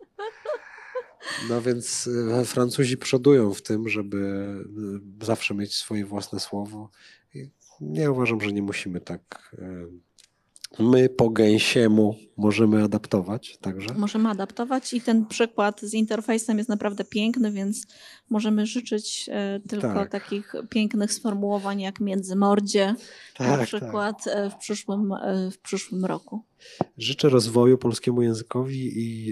No więc Francuzi przodują w tym, żeby zawsze mieć swoje własne słowo. I ja uważam, że nie musimy tak... My po gęsiemu możemy adaptować także. Możemy adaptować i ten przykład z interfejsem jest naprawdę piękny, więc możemy życzyć tylko takich pięknych sformułowań jak międzymordzie na przykład w przyszłym roku. Życzę rozwoju polskiemu językowi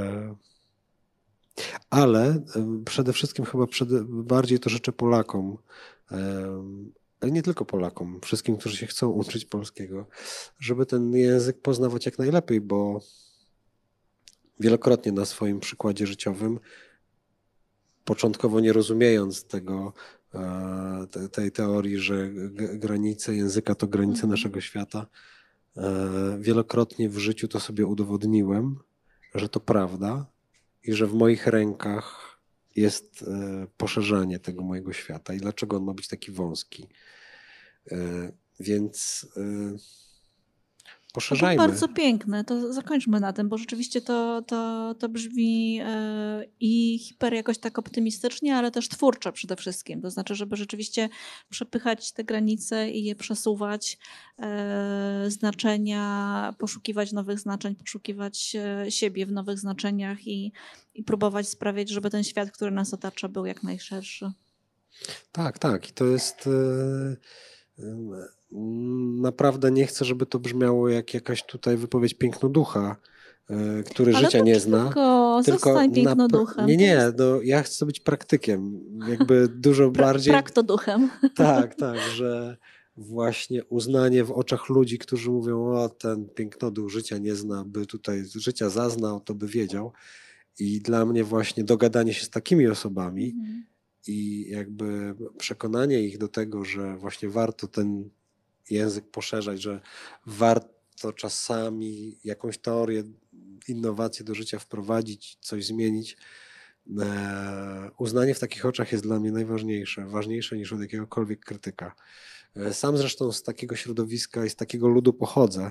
ale przede wszystkim chyba bardziej to życzę Polakom, ale nie tylko Polakom, wszystkim, którzy się chcą uczyć polskiego, żeby ten język poznawać jak najlepiej, bo wielokrotnie na swoim przykładzie życiowym, początkowo nie rozumiejąc tej teorii, że granice języka to granice naszego świata, wielokrotnie w życiu to sobie udowodniłem, że to prawda i że w moich rękach jest poszerzanie tego mojego świata i dlaczego on ma być taki wąski. Więc poszerzajmy. To bardzo piękne, to zakończmy na tym, bo rzeczywiście to brzmi i jakoś tak optymistycznie, ale też twórczo przede wszystkim. To znaczy, żeby rzeczywiście przepychać te granice i je przesuwać, znaczenia, poszukiwać nowych znaczeń, poszukiwać siebie w nowych znaczeniach i próbować sprawiać, żeby ten świat, który nas otacza, był jak najszerszy. Tak. I to jest... Naprawdę nie chcę, żeby to brzmiało jak jakaś tutaj wypowiedź pięknoducha, który życia nie zna. Tylko zostań pięknoduchem. Nie, no, ja chcę być praktykiem. Jakby dużo bardziej... Praktoduchem. Tak, że właśnie uznanie w oczach ludzi, którzy mówią, o ten pięknoduch życia nie zna, by tutaj życia zaznał, to by wiedział. I dla mnie właśnie dogadanie się z takimi osobami i jakby przekonanie ich do tego, że właśnie warto ten język poszerzać, że warto czasami jakąś teorię, innowację do życia wprowadzić, coś zmienić. Uznanie w takich oczach jest dla mnie najważniejsze, ważniejsze niż od jakiegokolwiek krytyka. Sam zresztą z takiego środowiska i z takiego ludu pochodzę,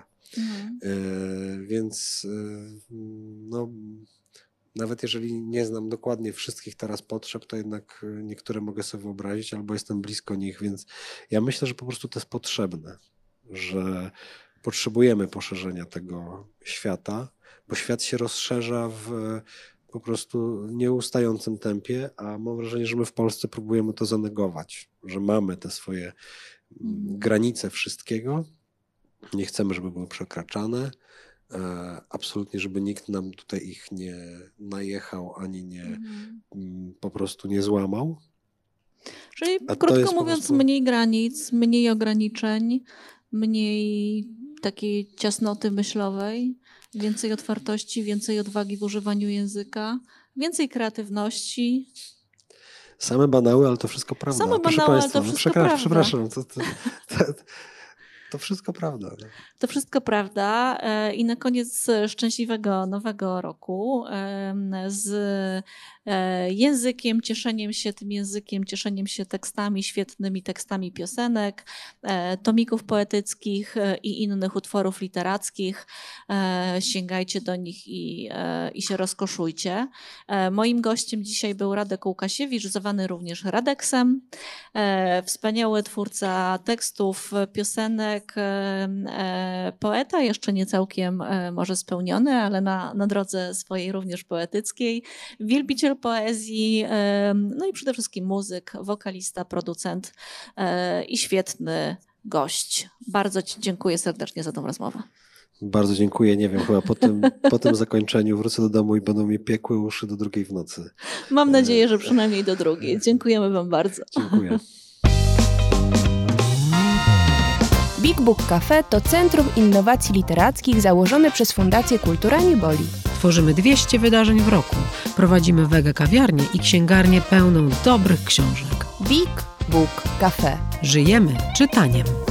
więc no, nawet jeżeli nie znam dokładnie wszystkich teraz potrzeb, to jednak niektóre mogę sobie wyobrazić albo jestem blisko nich, więc ja myślę, że po prostu to jest potrzebne, że potrzebujemy poszerzenia tego świata, bo świat się rozszerza w po prostu nieustającym tempie, a mam wrażenie, że my w Polsce próbujemy to zanegować, że mamy te swoje granice wszystkiego, nie chcemy, żeby były przekraczane, absolutnie, żeby nikt nam tutaj ich nie najechał, ani nie po prostu nie złamał. Czyli krótko mówiąc, mniej granic, mniej ograniczeń, mniej takiej ciasnoty myślowej, więcej otwartości, więcej odwagi w używaniu języka, więcej kreatywności. Same banały, ale to wszystko prawda. Same banały, ale to wszystko prawda. Przepraszam, to wszystko prawda. No. To wszystko prawda i na koniec szczęśliwego nowego roku z językiem, cieszeniem się tym językiem, cieszeniem się tekstami, świetnymi tekstami piosenek, tomików poetyckich i innych utworów literackich. Sięgajcie do nich i się rozkoszujcie. Moim gościem dzisiaj był Radek Łukasiewicz, zwany również Radeksem. Wspaniały twórca tekstów, piosenek, poeta, jeszcze nie całkiem może spełniony, ale na drodze swojej również poetyckiej. Wielbiciel poezji, no i przede wszystkim muzyk, wokalista, producent i świetny gość. Bardzo Ci dziękuję serdecznie za tą rozmowę. Bardzo dziękuję. Nie wiem, chyba po tym zakończeniu wrócę do domu i będą mi piekły uszy do 2:00 w nocy. Mam nadzieję, że przynajmniej do 2:00. Dziękujemy Wam bardzo. Dziękuję. Big Book Cafe to Centrum Innowacji Literackich założone przez Fundację Kultura Nie Boli. Tworzymy 200 wydarzeń w roku. Prowadzimy wege kawiarnię i księgarnię pełną dobrych książek. Big Book Cafe. Żyjemy czytaniem.